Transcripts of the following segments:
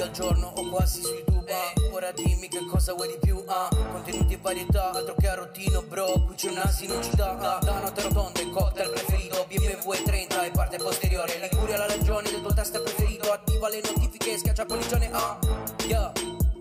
video al giorno o quasi su YouTube. Ora dimmi che cosa vuoi di più. Contenuti e varietà, altro che a rottino, bro. Qui c'è un asino in città. Da notte rotonda, il cocktail preferito, BMW 30 e parte posteriore. Liguria la regione del tuo test preferito. Attiva le notifiche, schiaccia polligione. Yeah.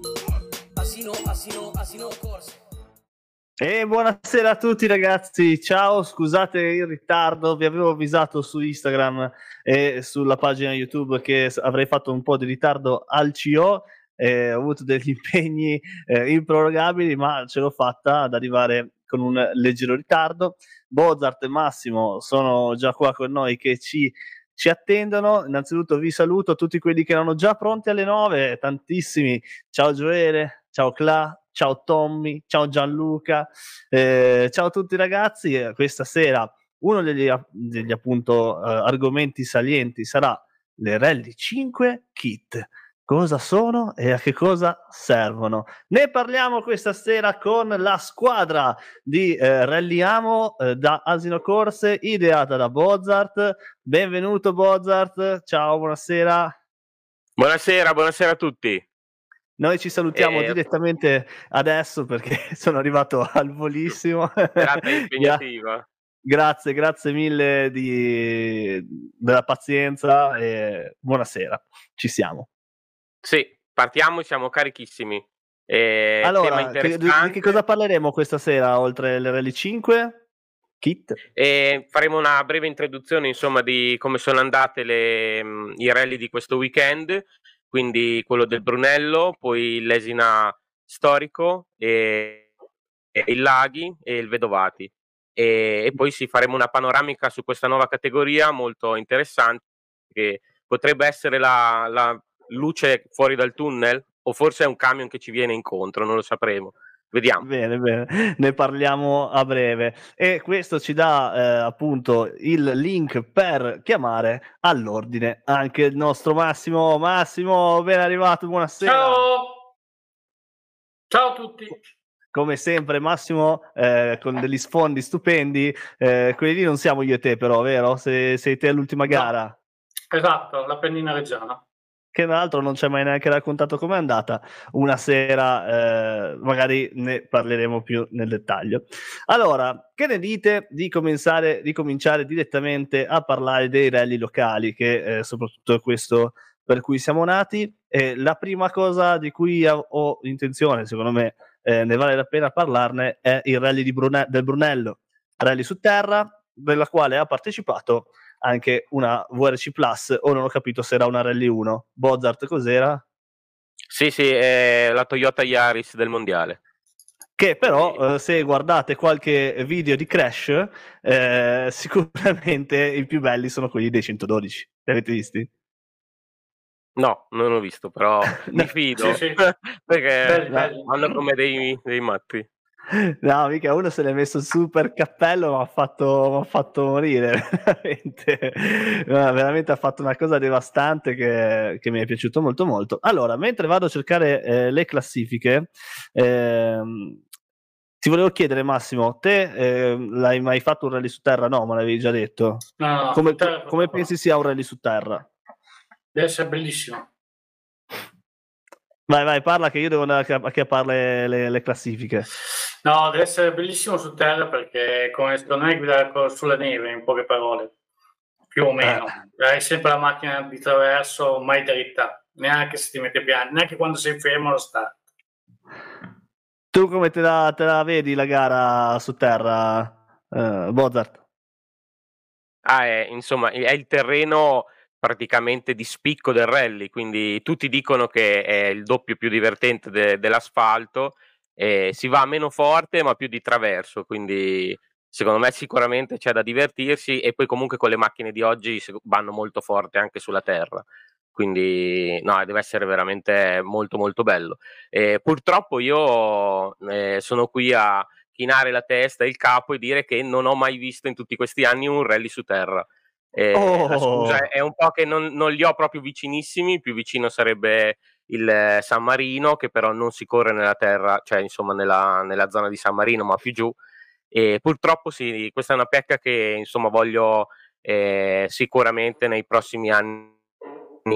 Asino corse. E buonasera a tutti ragazzi, ciao, scusate il ritardo, vi avevo avvisato su Instagram e sulla pagina YouTube che avrei fatto un po' di ritardo al CO, ho avuto degli impegni improrogabili, ma ce l'ho fatta ad arrivare con un leggero ritardo. Bozart e Massimo sono già qua con noi che ci attendono. Innanzitutto vi saluto tutti quelli che erano già pronti alle 9, tantissimi. Ciao Gioele, ciao Cla, ciao Tommy, ciao Gianluca, ciao a tutti ragazzi. Questa sera uno degli appunto argomenti salienti sarà le Rally 5 Kit. Cosa sono e a che cosa servono? Ne parliamo questa sera con la squadra di Rallyamo da Asino Corse, ideata da Bozart. Benvenuto Bozart, ciao, buonasera. Buonasera a tutti. Noi ci salutiamo direttamente adesso perché sono arrivato al volissimo. Serata impegnativa. Grazie mille della pazienza e buonasera, ci siamo. Sì, partiamo, siamo carichissimi. Allora, di che cosa parleremo questa sera oltre le Rally 5? Kit? Faremo una breve introduzione insomma di come sono andate i rally di questo weekend, quindi quello del Brunello, poi l'Esina Storico, e il Laghi e il Vedovati. E poi faremo una panoramica su questa nuova categoria molto interessante, che potrebbe essere la luce fuori dal tunnel, o forse è un camion che ci viene incontro, non lo sapremo. Vediamo. Bene, ne parliamo a breve. E questo ci dà appunto il link per chiamare all'ordine anche il nostro Massimo. Massimo, ben arrivato, buonasera. Ciao a tutti. Come sempre Massimo con degli sfondi stupendi, quelli lì non siamo io e te però, vero? Sei te all'ultima gara. No. Esatto, la pennina reggiana. Che tra l'altro non ci hai mai neanche raccontato com'è andata. Una sera magari ne parleremo più nel dettaglio. Allora, che ne dite di cominciare direttamente a parlare dei rally locali, che soprattutto è questo per cui siamo nati? La prima cosa di cui ho intenzione, secondo me ne vale la pena parlarne, è il rally del Brunello, rally su terra, della quale ha partecipato anche una VRC Plus, o non ho capito se era una Rally 1. Bozart cos'era? Sì, è la Toyota Yaris del mondiale. Che però se guardate qualche video di Crash sicuramente i più belli sono quelli dei 112. Li avete visti? No, non ho visto, però mi fido. Sì. Perché belli. hanno come dei matti. No, mica, uno se l'è messo il super cappello, mi ha fatto morire, veramente. No, veramente ha fatto una cosa devastante che mi è piaciuto molto molto. Allora, mentre vado a cercare le classifiche, ti volevo chiedere Massimo, te l'hai mai fatto un rally su terra? No, me l'avevi già detto. No, come pensi sia un rally su terra? Deve essere bellissimo. Vai, parla che io devo andare a chiapparle le classifiche. No, deve essere bellissimo su terra perché come secondo me guidare sulla neve, in poche parole, più o meno. Hai sempre la macchina di traverso, mai dritta, neanche se ti mette piano, neanche quando sei fermo lo sta. Tu come te la vedi la gara su terra, Bozart? Insomma, è il terreno praticamente di spicco del rally, quindi tutti dicono che è il doppio più divertente dell'asfalto, si va meno forte ma più di traverso, quindi secondo me sicuramente c'è da divertirsi, e poi comunque con le macchine di oggi vanno molto forte anche sulla terra, quindi no, deve essere veramente molto molto bello. Purtroppo io sono qui a chinare la testa e il capo e dire che non ho mai visto in tutti questi anni un rally su terra. La scusa è un po' che non li ho proprio vicinissimi, più vicino sarebbe il San Marino, che però non si corre nella terra, cioè insomma nella zona di San Marino, ma più giù, e purtroppo sì, questa è una pecca che insomma voglio sicuramente nei prossimi anni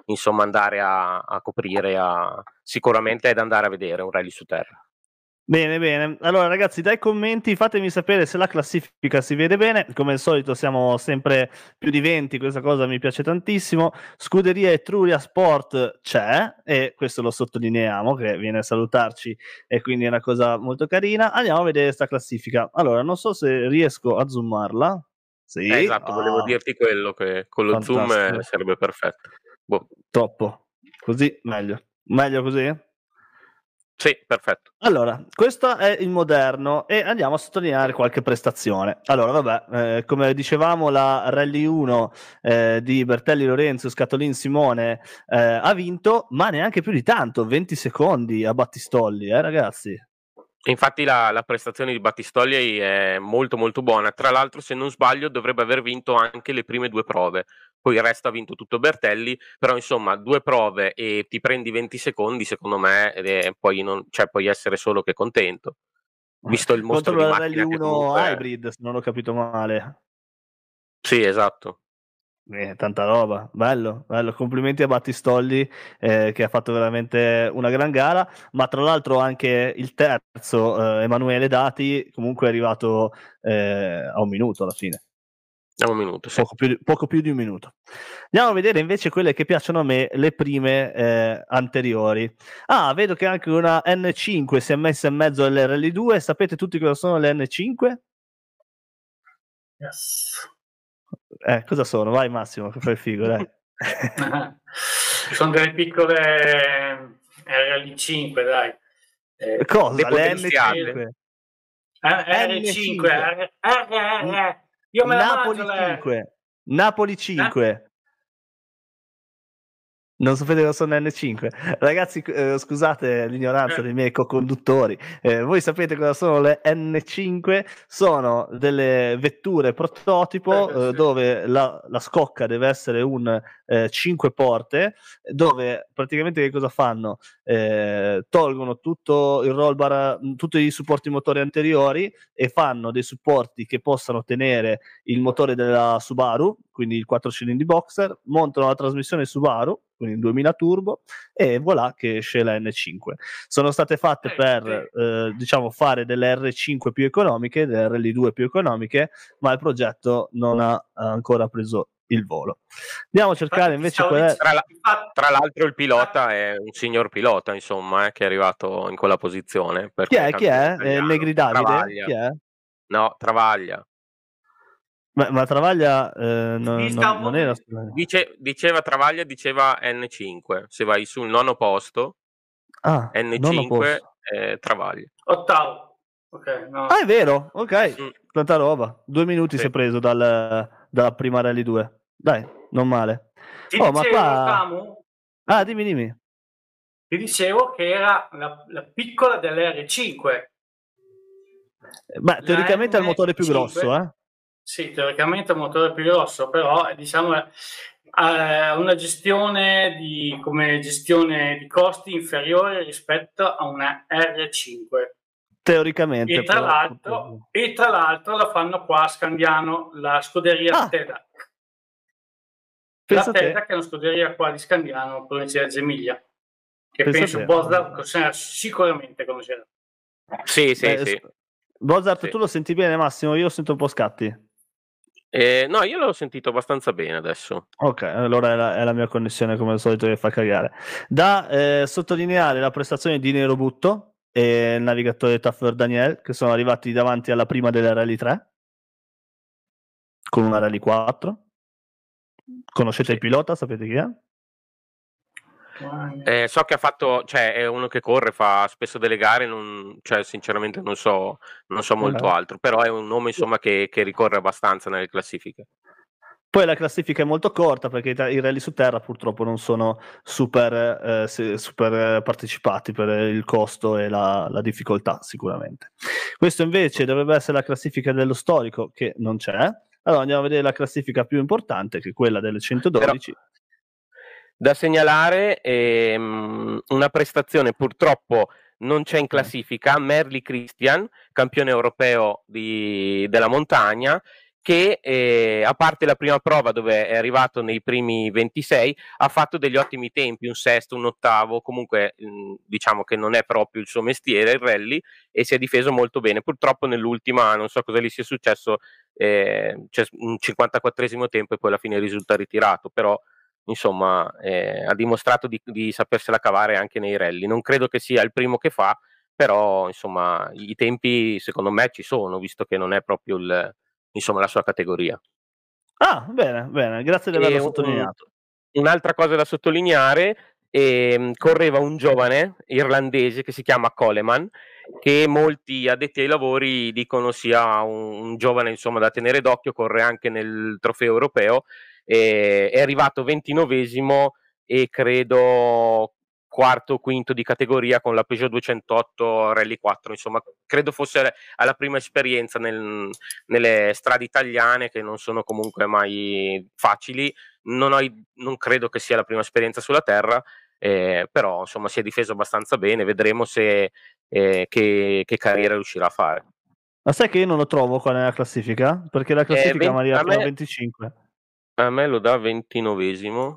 insomma andare a coprire, sicuramente è da andare a vedere un rally su terra. Bene, bene. Allora ragazzi, dai commenti fatemi sapere se la classifica si vede bene. Come al solito siamo sempre più di 20, questa cosa mi piace tantissimo. Scuderia Etruria Sport c'è, e questo lo sottolineiamo, che viene a salutarci, e quindi è una cosa molto carina. Andiamo a vedere questa classifica. Allora, non so se riesco a zoomarla. Sì. Esatto, volevo dirti quello, che con lo Fantastico. zoom sarebbe perfetto. Boh. Troppo. Così meglio. Meglio così? Sì, perfetto. Allora, questo è il moderno e andiamo a sottolineare qualche prestazione. Allora, vabbè, come dicevamo, la Rally 1 di Bertelli Lorenzo, Scatolin Simone ha vinto, ma neanche più di tanto, 20 secondi a Battistolli, ragazzi. Infatti la prestazione di Battistoli è molto molto buona. Tra l'altro, se non sbaglio, dovrebbe aver vinto anche le prime 2 prove. Poi il resto ha vinto tutto Bertelli, però insomma 2 prove e ti prendi 20 secondi, secondo me puoi essere solo che contento. Visto il mostro Contro di la Rally macchina 1 comunque... Hybrid, se non ho capito male. Sì, esatto. Tanta roba, bello, bello. Complimenti a Battistolli che ha fatto veramente una gran gara, ma tra l'altro anche il terzo, Emanuele Dati, comunque è arrivato a un minuto alla fine. Un minuto, sì. Poco più di un minuto. Andiamo a vedere invece quelle che piacciono a me, le prime anteriori. Vedo che anche una N5 si è messa in mezzo alle Rally 2. Sapete tutti cosa sono le N5? Yes. Cosa sono? Vai Massimo, che fai il figo, dai. Sono delle piccole RL5, dai. Cosa? Le N5? R5. Io me la Napoli mangio, 5. Napoli 5. Non sapete cosa sono N5? Ragazzi, scusate l'ignoranza dei miei co-conduttori. Voi sapete cosa sono le N5? Sono delle vetture prototipo sì. dove la scocca deve essere un 5 porte, dove praticamente che cosa fanno? Tolgono tutto il roll bar, tutti i supporti motori anteriori, e fanno dei supporti che possano tenere il motore della Subaru, quindi il 4 cilindri boxer, montano la trasmissione Subaru, quindi in 2000 turbo, e voilà che esce la N5. Sono state fatte per diciamo fare delle R5 più economiche, delle RL2 più economiche, ma il progetto non ha ancora preso il volo. Andiamo a cercare invece tra l'altro il pilota è un signor pilota, insomma, che è arrivato in quella posizione. Chi è? Negri Davide? Travaglia. Chi è? No, Travaglia. Ma Travaglia non era... Diceva Travaglia, diceva N5. Se vai sul nono posto, N5 Travaglia. Ottavo. Okay, no. È vero, ok. Tanta roba. 2 minuti si è preso dalla prima Rally 2. Dai, non male. Ma qua... dimmi. Ti dicevo che era la piccola dell'R5. Beh, teoricamente è il motore più grosso, eh? Sì, teoricamente è il motore più grosso, però diciamo una gestione come gestione di costi inferiore rispetto a una R5. Teoricamente. E tra l'altro la fanno qua a Scandiano, la scuderia Tedac. La Tedac è una scuderia qua di Scandiano, provincia di Reggio Emilia, che penso Bozzart sicuramente conoscerà. Sì. Bozzart, tu lo senti bene, Massimo? Io sento un po' scatti. No, io l'ho sentito abbastanza bene adesso. Ok, allora è la mia connessione come al solito che fa cagare. Da sottolineare la prestazione di Nero Butto e il navigatore Taffer Daniel, che sono arrivati davanti alla prima della Rally 3 con una Rally 4. Conoscete il pilota? Sapete chi è? So che ha fatto, è uno che corre, fa spesso delle gare, sinceramente non so molto altro, però è un nome insomma che ricorre abbastanza nelle classifiche. Poi la classifica è molto corta perché i rally su terra purtroppo non sono super partecipati per il costo e la difficoltà sicuramente. Questo invece dovrebbe essere la classifica dello storico, che non c'è. Allora andiamo a vedere la classifica più importante, che è quella delle 112. Però, da segnalare una prestazione purtroppo non c'è in classifica, Merli Christian, campione europeo della montagna, che a parte la prima prova dove è arrivato nei primi 26, ha fatto degli ottimi tempi, un sesto, un ottavo, comunque diciamo che non è proprio il suo mestiere il rally, e si è difeso molto bene. Purtroppo nell'ultima, non so cosa gli sia successo, c'è un 54esimo tempo e poi alla fine risulta ritirato, però insomma ha dimostrato di sapersela cavare anche nei rally. Non credo che sia il primo che fa, però insomma i tempi secondo me ci sono, visto che non è proprio insomma la sua categoria. Ah, bene, bene, grazie di averlo sottolineato. Un'altra cosa da sottolineare, correva un giovane irlandese che si chiama Coleman, che molti addetti ai lavori dicono sia un giovane insomma da tenere d'occhio, corre anche nel trofeo europeo, è arrivato 29esimo e credo quarto o quinto di categoria con la Peugeot 208 Rally 4, insomma credo fosse alla prima esperienza nelle strade italiane, che non sono comunque mai facili. Non credo che sia la prima esperienza sulla terra, però insomma si è difeso abbastanza bene, vedremo se che carriera riuscirà a fare. Ma sai che io non lo trovo qua nella classifica? Perché la classifica mi arriva fino a 25. A me lo dà 29esimo.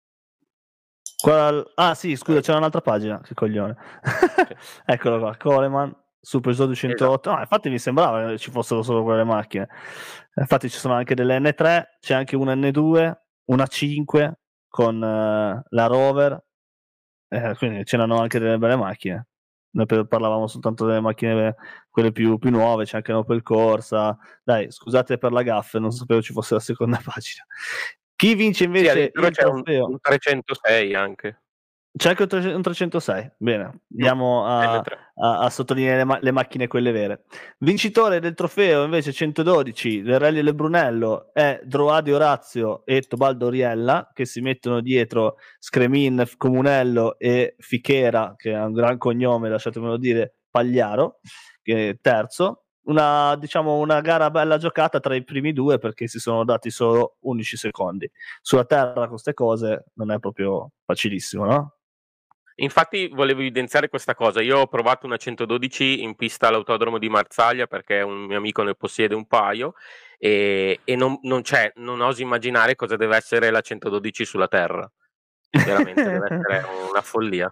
Ah sì, scusa, c'era un'altra pagina, che coglione. Eccolo qua, Coleman, Super 208. Esatto. No, infatti mi sembrava che ci fossero solo quelle macchine. Infatti ci sono anche delle N3, c'è anche una N2, una 5 con la Rover, quindi c'erano anche delle belle macchine. Noi parlavamo soltanto delle macchine, quelle più nuove, c'è anche l'Opel Corsa. Dai, scusate per la gaffe, non sapevo ci fosse la seconda pagina. Chi vince invece il trofeo? Un 306 anche. C'è anche un 306. Bene, andiamo a sottolineare le macchine quelle vere. Vincitore del trofeo invece 112 del Rally del Brunello è Droadi Orazio e Tobaldo Riella, che si mettono dietro Scremin, Comunello e Fichera, che ha un gran cognome, lasciatemelo dire, Pagliaro, che è terzo. Una gara bella giocata tra i primi due, perché si sono dati solo 11 secondi. Sulla terra con queste cose non è proprio facilissimo, no? Infatti volevo evidenziare questa cosa. Io ho provato una 112 in pista all'autodromo di Marsaglia, perché un mio amico ne possiede un paio, e non oso immaginare cosa deve essere la 112 sulla terra. Veramente deve essere una follia.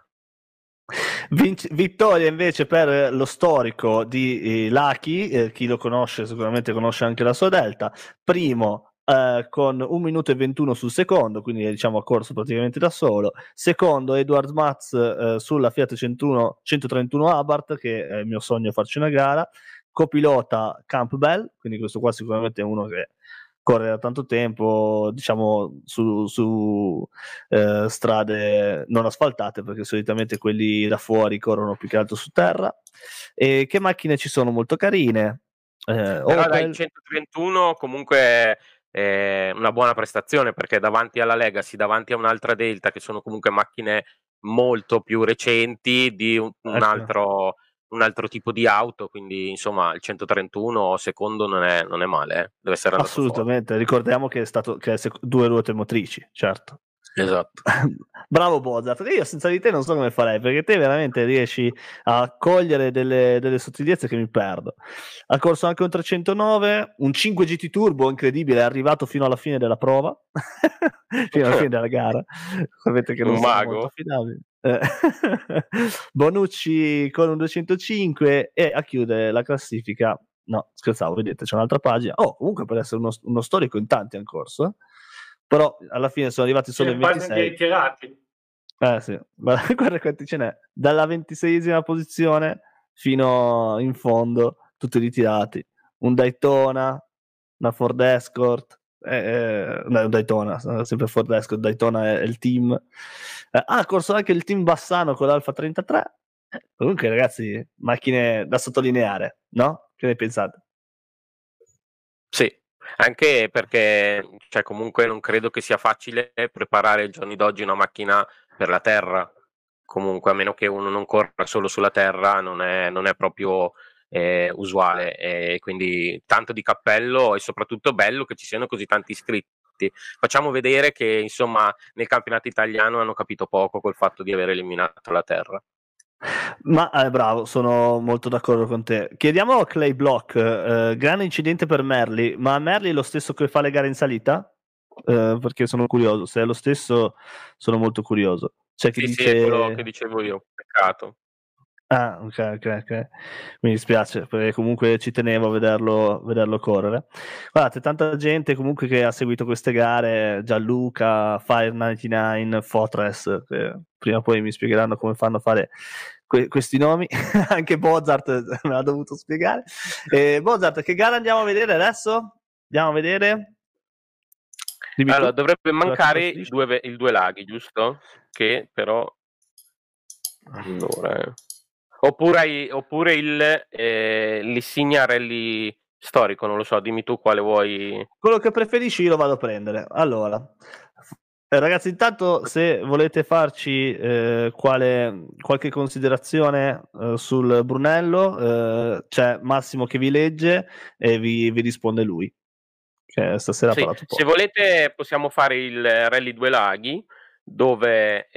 Vittoria invece per lo storico di Lucky, chi lo conosce sicuramente conosce anche la sua Delta, primo con 1 minuto e 21 sul secondo, quindi diciamo ha corso praticamente da solo. Secondo Edward Matz sulla Fiat 131 Abarth, che è il mio sogno farci una gara. Copilota Campbell, quindi questo qua sicuramente è uno che corre da tanto tempo, diciamo su strade non asfaltate, perché solitamente quelli da fuori corrono più che altro su terra. E che macchine ci sono molto carine? Però dai, 131 comunque è una buona prestazione, perché davanti alla Legacy, davanti a un'altra Delta, che sono comunque macchine molto più recenti di un altro tipo di auto, quindi insomma il 131 secondo non è male, deve essere andato assolutamente forte. Ricordiamo che è 2 ruote motrici, certo. Esatto. Bravo Bozart, io senza di te non so come farei, perché te veramente riesci a cogliere delle sottigliezze che mi perdo. Ha corso anche un 309, un 5 GT Turbo incredibile, è arrivato fino alla fine della prova, fino alla fine della gara. Sapete che non sono molto affidabile. Bonucci con un 205 e a chiudere la classifica. No, scherzavo, vedete, c'è un'altra pagina. Comunque per essere uno storico in tanti hanno corso, però alla fine sono arrivati solo in 26. Sì, guarda quanti ce n'è, dalla 26esima posizione fino in fondo, tutti ritirati. Un Daytona, una Ford Escort, un Daytona, sempre Ford Escort, Daytona è il team. Ha corso anche il team Bassano con l'Alfa 33. Comunque ragazzi, macchine da sottolineare, no? Che ne pensate? Sì, anche perché comunque non credo che sia facile preparare ai giorni d'oggi una macchina per la terra, comunque a meno che uno non corra solo sulla terra non è proprio usuale, e quindi tanto di cappello, e soprattutto bello che ci siano così tanti iscritti. Facciamo vedere che insomma nel campionato italiano hanno capito poco col fatto di aver eliminato la terra. Ma bravo, sono molto d'accordo con te. Chiediamo a Clay Block, grande incidente per Merli, ma Merli è lo stesso che fa le gare in salita? Perché sono curioso, se è lo stesso sono molto curioso. C'è chi Sì, è quello che dice... dicevo io, peccato. Ah, ok. Mi dispiace, perché comunque ci tenevo a vederlo correre. Guardate, tanta gente comunque che ha seguito queste gare, Gianluca, Fire99, Fortress, che prima o poi mi spiegheranno come fanno a fare questi nomi. Anche Bozart me l'ha dovuto spiegare. Bozart, che gara andiamo a vedere adesso? Andiamo a vedere? Dimmi Allora, tu. dovrebbe Sulla mancare People il Edition. due laghi, giusto? Che però... Allora... Oppure l'Insignia Rally storico, non lo so, dimmi tu quale vuoi. Quello che preferisci io lo vado a prendere. Allora, ragazzi, intanto se volete farci qualche considerazione sul Brunello, c'è Massimo che vi legge e vi risponde lui, che stasera ha Sì, parlato se poco. volete possiamo fare il Rally Due Laghi, dove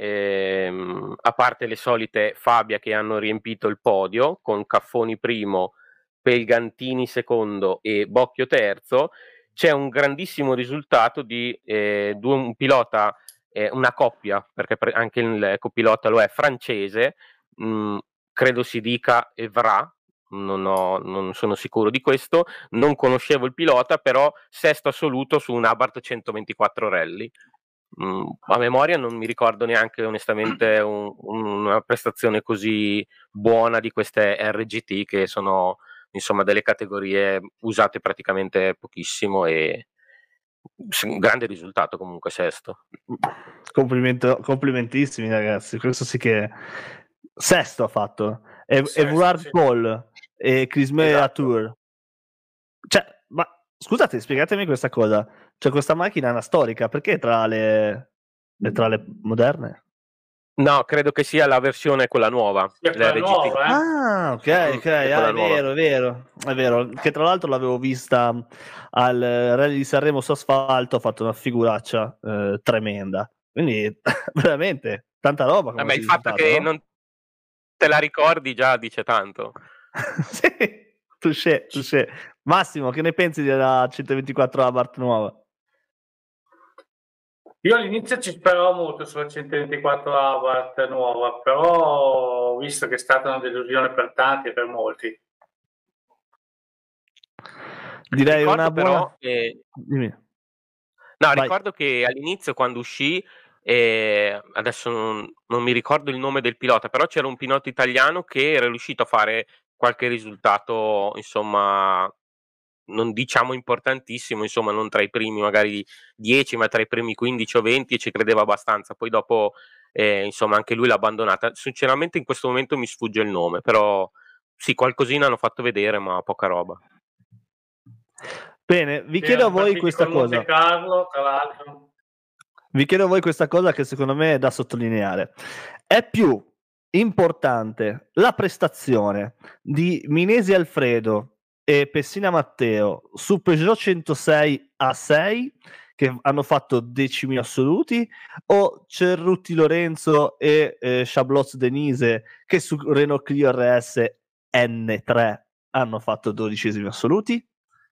a parte le solite Fabia che hanno riempito il podio, con Caffoni primo, Pelgantini secondo e Bocchio terzo, c'è un grandissimo risultato di un pilota, una coppia, perché anche il copilota lo è, francese, credo si dica Evra, non sono sicuro di questo, non conoscevo il pilota, però sesto assoluto su un Abarth 124 Rally. A memoria non mi ricordo neanche onestamente una prestazione così buona di queste RGT, che sono insomma delle categorie usate praticamente pochissimo, e un grande risultato comunque sesto. Complimentissimi ragazzi, questo sì che sesto ha fatto. E Sesto, Voulard sì. Paul e Crisme Esatto. Atour. Cioè, ma scusate, spiegatemi questa cosa. Cioè, questa macchina è una storica, perché è tra le moderne? No, credo che sia la versione quella nuova, Sì, è quella l'RGT. nuova, eh? Ah, ok, È quella è nuova. vero, è vero, è vero. Che tra l'altro l'avevo vista al Rally di Sanremo su asfalto, ha fatto una figuraccia tremenda. Quindi, veramente, tanta roba come Vabbè, si è il fatto risultato, che no? non te la ricordi già dice tanto. Sì, touché. Massimo, che ne pensi della 124 Abarth nuova? Io all'inizio ci speravo molto sulla 124 Abarth nuova, però ho visto che è stata una delusione per tanti e per molti. Direi una Ricordo buona... però che Dimmi. No, Vai. ricordo che all'inizio quando uscì, adesso non mi ricordo il nome del pilota, però c'era un pilota italiano che era riuscito a fare qualche risultato, insomma, non diciamo importantissimo, insomma, non tra i primi magari 10, ma tra i primi 15 o 20, e ci credeva abbastanza. Poi dopo, insomma, anche lui l'ha abbandonata. Sinceramente in questo momento mi sfugge il nome, però sì, qualcosina hanno fatto vedere, ma poca roba. Bene, vi chiedo a Erano voi partiti questa col Monte cosa. Carlo, tra l'altro. Vi chiedo a voi questa cosa che secondo me è da sottolineare. È più importante la prestazione di Minesi Alfredo e Pessina Matteo su Peugeot 106 A6, che hanno fatto decimi assoluti, o Cerruti Lorenzo e Chabloz Denise, che su Renault Clio RS N3 hanno fatto 12esimi assoluti?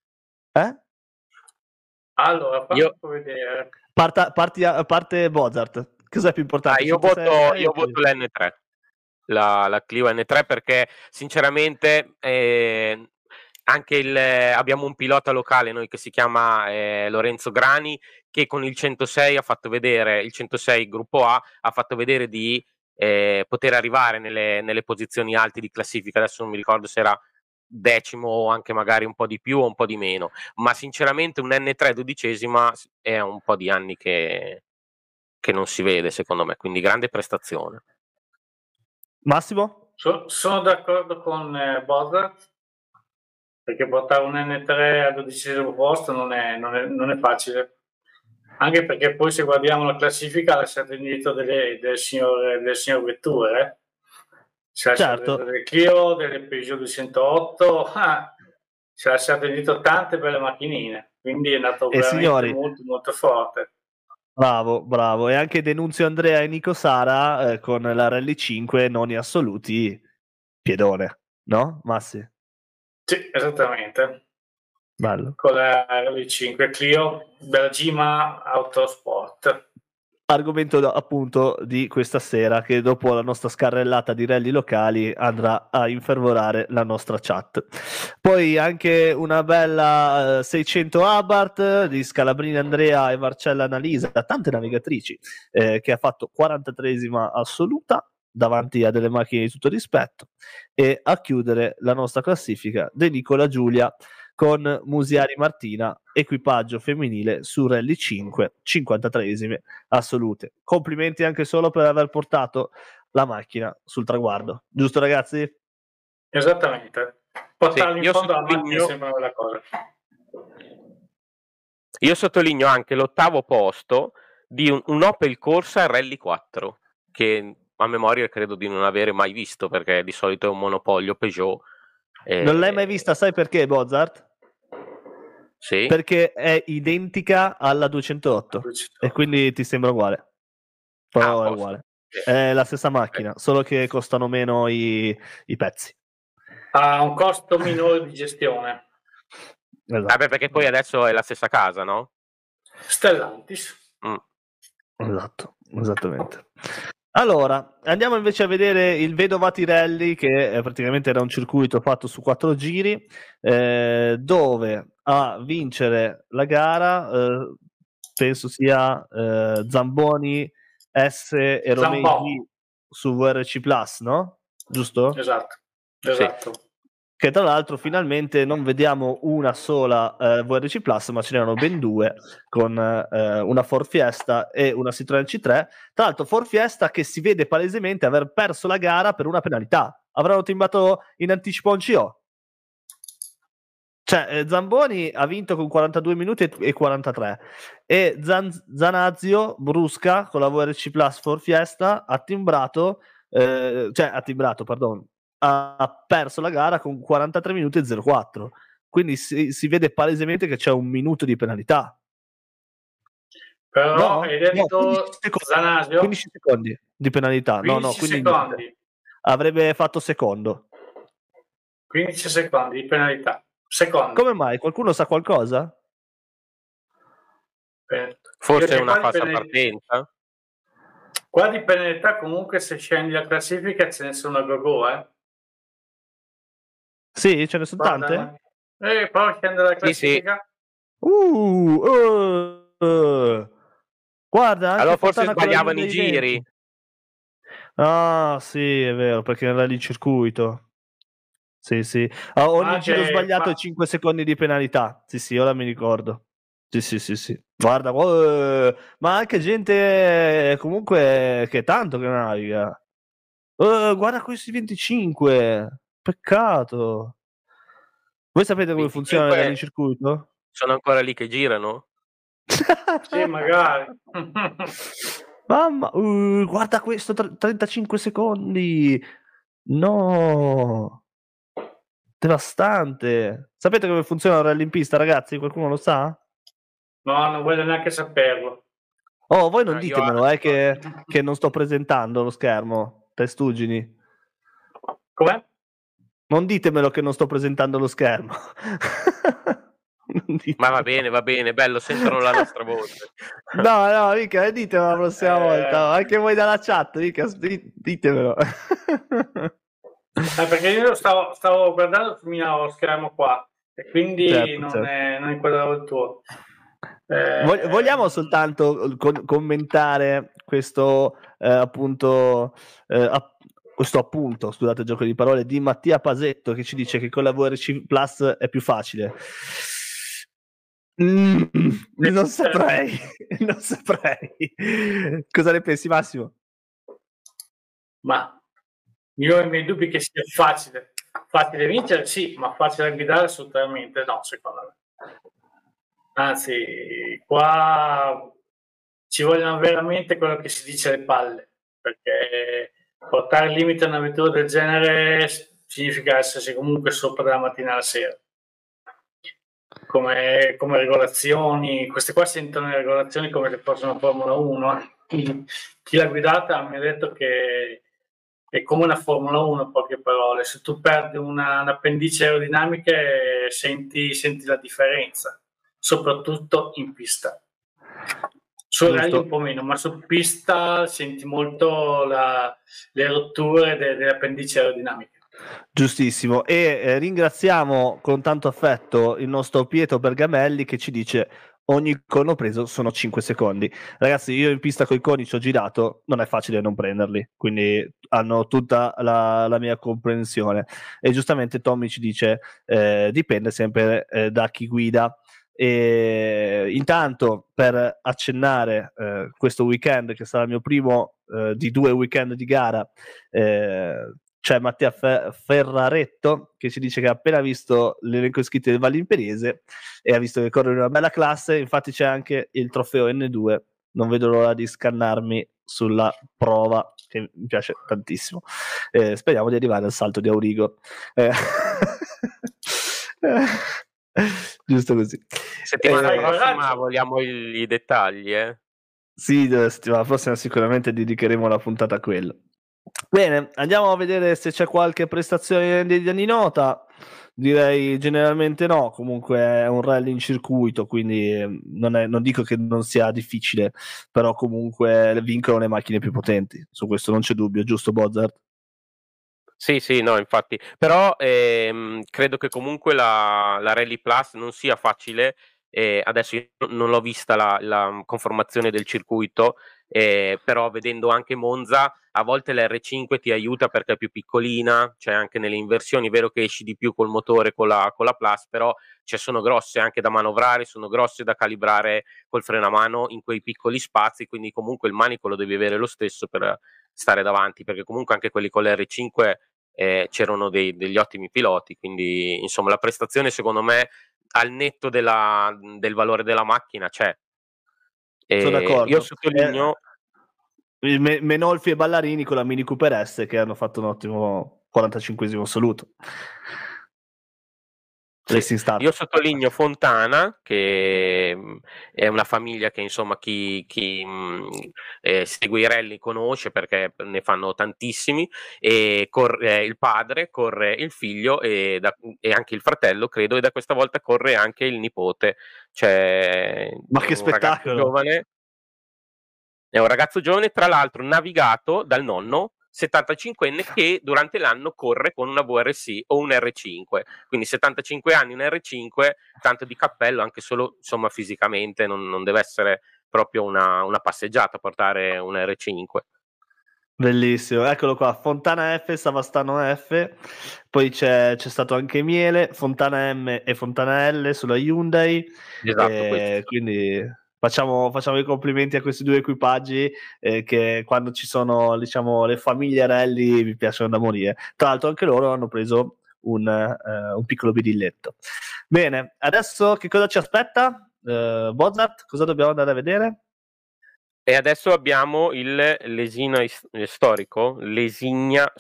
Allora, fammi Io, un po' vedere. Parte Mozart. Cos'è più importante? io 106 voto, 6 io o Clio? voto l'N3. La Clio N3, perché sinceramente anche abbiamo un pilota locale noi che si chiama Lorenzo Grani, che con il 106 ha fatto vedere, il 106 gruppo A ha fatto vedere di poter arrivare nelle posizioni alte di classifica. Adesso non mi ricordo se era decimo o anche magari un po' di più o un po' di meno, ma sinceramente un N3 dodicesima è un po' di anni che non si vede, secondo me, quindi grande prestazione. Massimo? Sono d'accordo con Bozart, perché portare un N3 al 12° posto non è facile. Anche perché poi se guardiamo la classifica lasciate indietro del signor Vetture, si lasciate Certo. indietro del Clio, delle Peugeot 208, si lasciate indietro tante belle macchinine, quindi è andato E veramente signori, molto molto forte. Bravo. E anche Denunzio Andrea e Nico Sara con la Rally 5, noni assoluti, piedone, no? Massi? Sì, esattamente. Bello. Con la Rally 5 Clio della Gima Autosport. Argomento appunto di questa sera, che dopo la nostra scarrellata di rally locali andrà a infervorare la nostra chat. Poi anche una bella 600 Abarth di Scalabrini Andrea e Marcella Annalisa, tante navigatrici, che ha fatto 43esima assoluta davanti a delle macchine di tutto rispetto, e a chiudere la nostra classifica De Nicola Giulia con Musiari Martina, equipaggio femminile su Rally 5, 53esime assolute. Complimenti anche solo per aver portato la macchina sul traguardo, giusto ragazzi? Esattamente. Portarli Sì, in fondo alla macchina sembra una bella cosa. Io sottolineo anche l'8° posto di un Opel Corsa Rally 4, che a memoria credo di non avere mai visto, perché di solito è un monopolio Peugeot. Non l'hai mai vista, sai perché, Bozart? Sì. Perché è identica alla 208 e quindi ti sembra uguale. Però è uguale. È la stessa macchina, solo che costano meno i pezzi. Ha un costo minore di gestione. Esatto. Vabbè, perché poi adesso è la stessa casa, no? Stellantis. Esatto, esattamente. Allora, andiamo invece a vedere il Vedovati Rally, che praticamente era un circuito fatto su 4 giri, dove a vincere la gara penso sia Zamboni S e Romei G su VRC Plus, no? Giusto? Esatto. Sì. Che tra l'altro finalmente non vediamo una sola VRC Plus, ma ce n'erano ben due, con una Ford Fiesta e una Citroen C3. Tra l'altro Ford Fiesta che si vede palesemente aver perso la gara per una penalità. Avranno timbato in anticipo un CO. Cioè Zamboni ha vinto con 42 minuti e 43 e Zanazio Brusca con la VRC Plus Ford Fiesta ha perso la gara con 43 minuti e 04. Quindi si vede palesemente che c'è un minuto di penalità. Però hai detto 15 secondi di penalità. 15 secondi. Avrebbe fatto secondo. 15 secondi di penalità. Come mai? Qualcuno sa qualcosa? Forse è una falsa partenza? Qua di penalità comunque se scendi la classifica ce ne sono a go-go, Sì, ce ne sono tante? Poi scende la classifica. Guarda, anche allora forse Fontana sbagliavano i giri. Ah, sì, è vero, perché era lì il circuito. Sì. Ogni giro sbagliato è 5 secondi di penalità. Sì, ora mi ricordo. Sì. Guarda, ma anche gente comunque che è tanto che naviga. Guarda questi 25. Peccato. Voi sapete come funziona il circuito? Sono ancora lì che girano? Sì, magari. Mamma, guarda questo 35 secondi. No. Devastante. Sapete come funziona il rally in pista, ragazzi? Qualcuno lo sa? No, non voglio neanche saperlo. Oh, voi non ditemelo, che non sto presentando lo schermo. Testuggini. Com'è? Non ditemelo che non sto presentando lo schermo. Ma va bene, bello, sentono la nostra voce. No, mica, ditemelo la prossima volta. Anche voi dalla chat, mica, ditemelo. Perché io stavo guardando sul mio schermo qua e quindi non inquadravo il tuo. Vogliamo soltanto commentare questo appunto, scusate il gioco di parole, di Mattia Pasetto, che ci dice che con la VRC Plus è più facile. Non saprei. Cosa ne pensi, Massimo? Ma io ho i miei dubbi che sia facile vincere, sì, ma facile guidare assolutamente no, secondo me. Anzi, qua ci vogliono veramente quello che si dice alle palle, perché portare al limite una vettura del genere significa essersi comunque sopra dalla mattina alla sera. come regolazioni. Queste qua sentono le regolazioni come se fossero Formula 1. Chi l'ha guidata mi ha detto che è come una Formula 1, in poche parole. Se tu perdi un'appendice aerodinamica senti la differenza, soprattutto in pista. Su rally un po' meno, ma su pista senti molto le rotture delle appendici aerodinamiche. Giustissimo, e ringraziamo con tanto affetto il nostro Pietro Bergamelli che ci dice: ogni cono preso sono 5 secondi. Ragazzi, io in pista con i coni ci ho girato, non è facile non prenderli, quindi hanno tutta la mia comprensione. E giustamente Tommy ci dice dipende sempre da chi guida. E intanto, per accennare questo weekend, che sarà il mio primo di 2 weekend di gara, c'è Mattia Ferraretto che ci dice che ha appena visto l'elenco iscritti del Valle Imperiese e ha visto che corre una bella classe. Infatti c'è anche il trofeo N2, non vedo l'ora di scannarmi sulla prova che mi piace tantissimo. Speriamo di arrivare al salto di Aurigo. Giusto così. Settimana prossima vogliamo i dettagli, Sì, la settimana prossima sicuramente dedicheremo la puntata a quello. Bene, andiamo a vedere se c'è qualche prestazione degli anni nota. Direi generalmente no, comunque è un rally in circuito, quindi non dico che non sia difficile, però comunque vincono le macchine più potenti, su questo non c'è dubbio, giusto Bozzart? Sì, no, infatti, però credo che comunque la Rally Plus non sia facile. Adesso io non l'ho vista la conformazione del circuito, però vedendo anche Monza, a volte l'R5 ti aiuta perché è più piccolina, cioè anche nelle inversioni, è vero che esci di più col motore con la Plus, però sono grosse anche da manovrare, sono grosse da calibrare col freno a mano in quei piccoli spazi, quindi comunque il manico lo devi avere lo stesso per stare davanti, perché comunque anche quelli con l'R5 c'erano degli ottimi piloti, quindi insomma la prestazione secondo me al netto del valore della macchina c'è. Sono d'accordo. Io sottolineo Menolfi e Ballarini con la Mini Cooper S che hanno fatto un ottimo 45esimo assoluto. Sì. Io sottolineo Fontana, che è una famiglia che insomma chi segue i rally conosce perché ne fanno tantissimi, e corre il padre, corre il figlio e anche il fratello credo, e da questa volta corre anche il nipote, cioè ma che spettacolo! È un ragazzo giovane, tra l'altro navigato dal nonno 75enne che durante l'anno corre con una VRC o un R5, quindi 75 anni un R5, tanto di cappello, anche solo insomma fisicamente non deve essere proprio una passeggiata portare un R5. Bellissimo, eccolo qua, Fontana F, Savastano F, poi c'è stato anche Miele, Fontana M e Fontana L sulla Hyundai. Esatto, quindi facciamo i complimenti a questi 2 equipaggi che quando ci sono, diciamo, le famiglie rally mi piacciono da morire. Tra l'altro anche loro hanno preso un piccolo bidilletto. Bene, adesso che cosa ci aspetta? Bozzart, cosa dobbiamo andare a vedere? E adesso abbiamo il Lesigna storico. Il Lesigna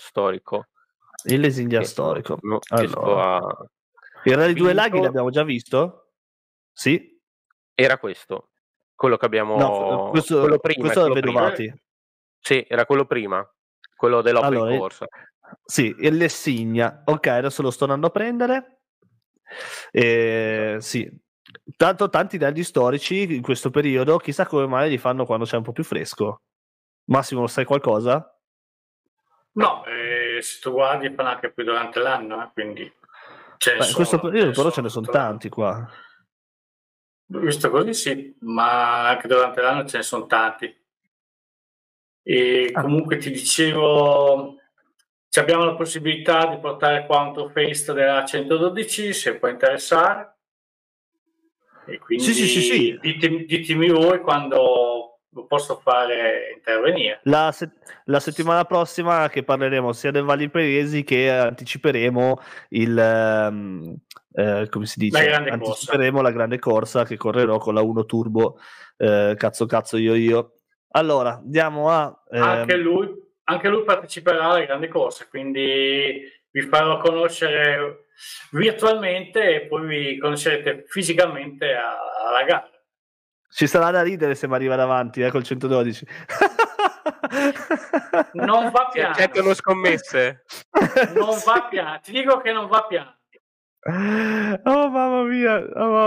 storico. Allora, il Rally 2 Laghi l'abbiamo già visto? Sì? Era questo. Quello che abbiamo... No, quello è Vedovati. Sì, era quello prima. Quello dell'Open Corsa. Sì, il Lesigna. Ok, adesso lo sto andando a prendere. Sì. Tanti rally storici in questo periodo, chissà come mai li fanno quando c'è un po' più fresco. Massimo, sai qualcosa? No, se tu guardi fanno anche più durante l'anno, quindi in questo periodo però ce ne sono tanti qua. Visto così sì, ma anche durante l'anno ce ne sono tanti. E comunque ti dicevo, abbiamo la possibilità di portare qua un trofeista della 112, se può interessare. E quindi sì. ditemi voi quando lo posso fare intervenire. La settimana prossima che parleremo sia del Valle Imperiesi che anticiperemo come si dice? Anticiperemo la grande corsa che correrò con la 1 Turbo cazzo io. Allora, andiamo a... Anche lui parteciperà alla grande corsa, quindi vi farò conoscere virtualmente e poi vi conoscerete fisicamente alla gara. Ci sarà da ridere se mi arriva davanti col 112. Non va Si piano. accettano scommesse? Non va piano. Ti dico che non va piano. Oh mamma mia,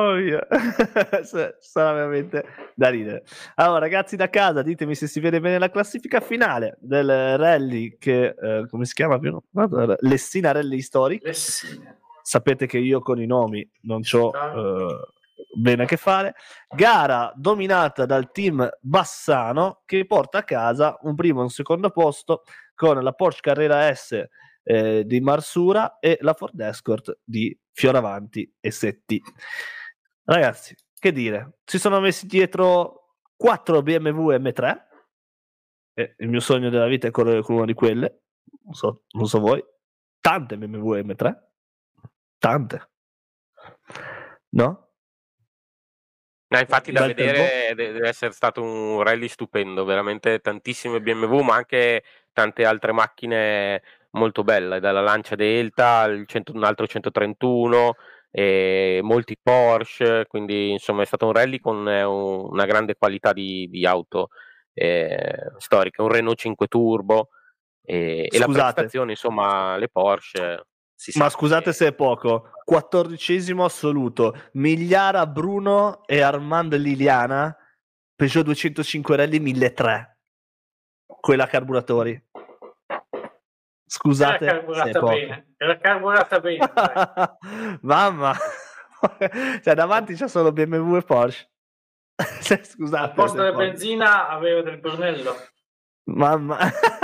sarà veramente da ridere. Allora ragazzi da casa, ditemi se si vede bene la classifica finale del rally che come si chiama più? Lessina Rally Story. Sapete che io con i nomi non c'ho bene a che fare. Gara dominata dal team Bassano che porta a casa un primo e un secondo posto con la Porsche Carrera S di Marsura e la Ford Escort di Fioravanti e Setti. Ragazzi, che dire, si sono messi dietro 4 BMW M3 e il mio sogno della vita è correre con una di quelle, non so voi, tante BMW M3, tante, no? No, infatti da vedere deve essere stato un rally stupendo, veramente tantissime BMW, ma anche tante altre macchine molto belle, dalla Lancia Delta, un altro 131, e molti Porsche, quindi insomma è stato un rally con una grande qualità di auto storiche, un Renault 5 Turbo e la prestazione, insomma, le Porsche. Ma scusate se è poco, 14esimo assoluto, Migliara Bruno e Armand Liliana, Peugeot 205 Rally 1300, quella carburatori. Scusate se è poco. Era carburata bene. Mamma, cioè davanti c'è solo BMW e Porsche. Scusate. Al posto della benzina aveva del Brunello. Mamma,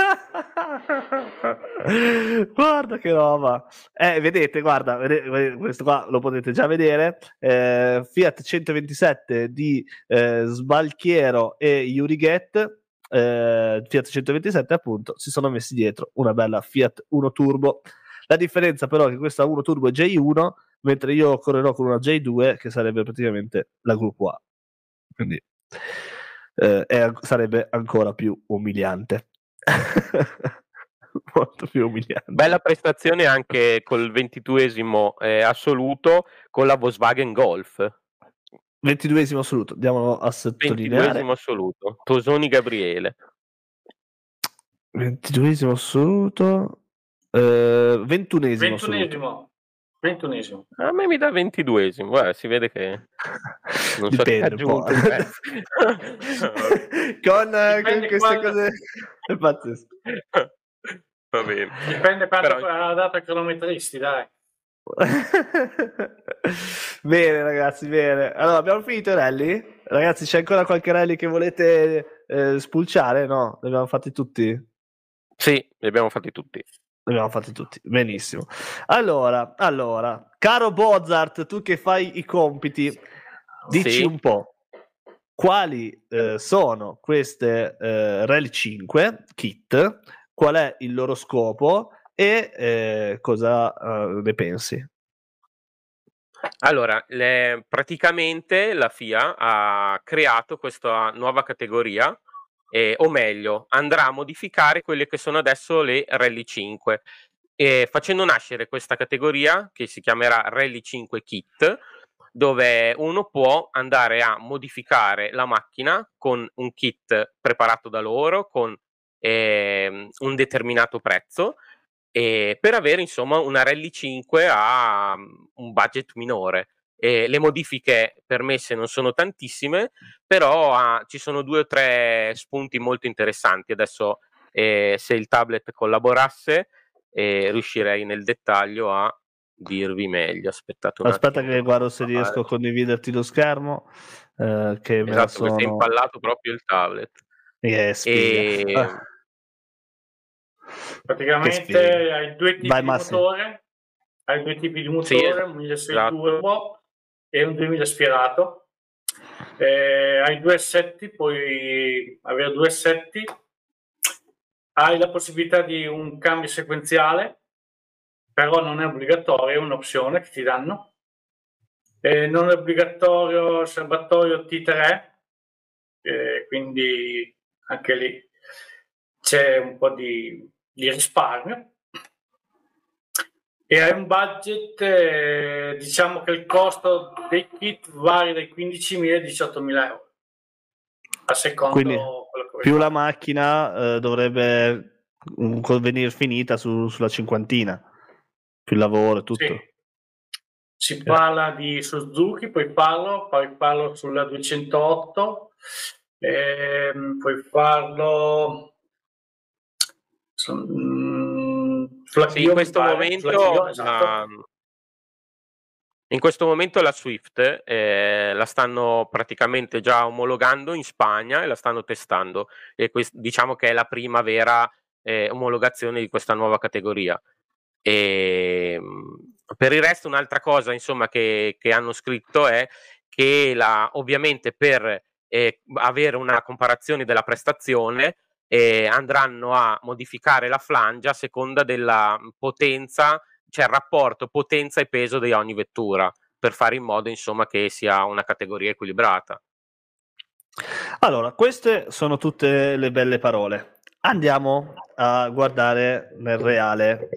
guarda che roba. Vedete, guarda, questo qua lo potete già vedere. Fiat 127 di Sbalchiero e Jurighet. Fiat 127 appunto si sono messi dietro una bella Fiat 1 Turbo. La differenza però è che questa 1 Turbo è J1, mentre io correrò con una J2 che sarebbe praticamente la gruppo A, quindi sarebbe ancora più umiliante. Molto più umiliante. Bella prestazione anche col 22esimo assoluto con la Volkswagen Golf. 22esimo assoluto, andiamolo a sottolineare. 22esimo assoluto, Tosoni Gabriele. 22esimo assoluto, 21esimo assoluto. 21esimo. A me mi dà 22esimo, guarda, si vede che non so che ha aggiunto. Con queste cose è pazzesco. Va bene. Dipende quanto ha dato ai cronometristi, dai. Bene ragazzi, bene. Allora, abbiamo finito i rally? Ragazzi, c'è ancora qualche rally che volete spulciare? No? Li abbiamo fatti tutti? Sì, li abbiamo fatti tutti. Li abbiamo fatti tutti, benissimo. Allora, caro Bozart, tu che fai i compiti, dici un po' quali sono queste Rally 5 kit, qual è il loro scopo e cosa ne pensi? Allora, praticamente la FIA ha creato questa nuova categoria, o meglio, andrà a modificare quelle che sono adesso le Rally 5, facendo nascere questa categoria che si chiamerà Rally 5 Kit, dove uno può andare a modificare la macchina con un kit preparato da loro, con un determinato prezzo, per avere insomma una Rally 5 a un budget minore. Le modifiche permesse non sono tantissime, però ci sono 2 o 3 spunti molto interessanti. Adesso se il tablet collaborasse riuscirei nel dettaglio a dirvi meglio. Aspetta che guardo se riesco a condividerti lo schermo, che esatto, che si è impallato proprio il tablet. Praticamente hai due tipi di motore, un 1600 turbo e un 2000 aspirato, hai 2 assetti, puoi avere 2 assetti, hai la possibilità di un cambio sequenziale, però non è obbligatorio, è un'opzione che ti danno. Non è obbligatorio il serbatoio T3, quindi anche lì c'è un po' di risparmio. E hai un budget, diciamo che il costo dei kit varia dai 15.000 ai 18.000 euro, a secondo Quindi quello che vuoi più la fare. macchina dovrebbe venire finita sulla cinquantina, più il lavoro e tutto. Sì. Si parla di Suzuki, poi parlo sulla 208, puoi farlo sulla Sì, in Clio, mi questo pare, sulla Clio, momento esatto. in questo momento la Swift la stanno praticamente già omologando in Spagna e la stanno testando, e diciamo che è la prima vera omologazione di questa nuova categoria. E, per il resto, un'altra cosa, insomma, che hanno scritto è che ovviamente per avere una comparazione della prestazione andranno a modificare la flangia a seconda della potenza, cioè il rapporto potenza e peso di ogni vettura, per fare in modo, insomma, che sia una categoria equilibrata. Allora, queste sono tutte le belle parole. Andiamo a guardare nel reale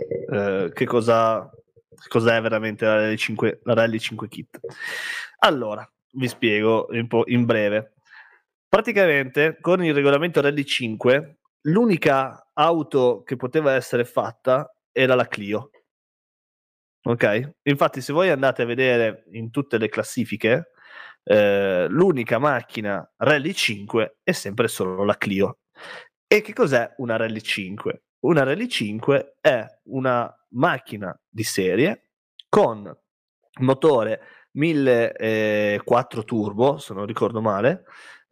cos'è veramente la Rally 5 Kit. Allora, vi spiego in breve. Praticamente, con il regolamento Rally 5, l'unica auto che poteva essere fatta era la Clio. Ok? Infatti, se voi andate a vedere in tutte le classifiche, l'unica macchina Rally 5 è sempre solo la Clio. E che cos'è una Rally 5? Una Rally 5 è una macchina di serie con motore 1.4 turbo, se non ricordo male,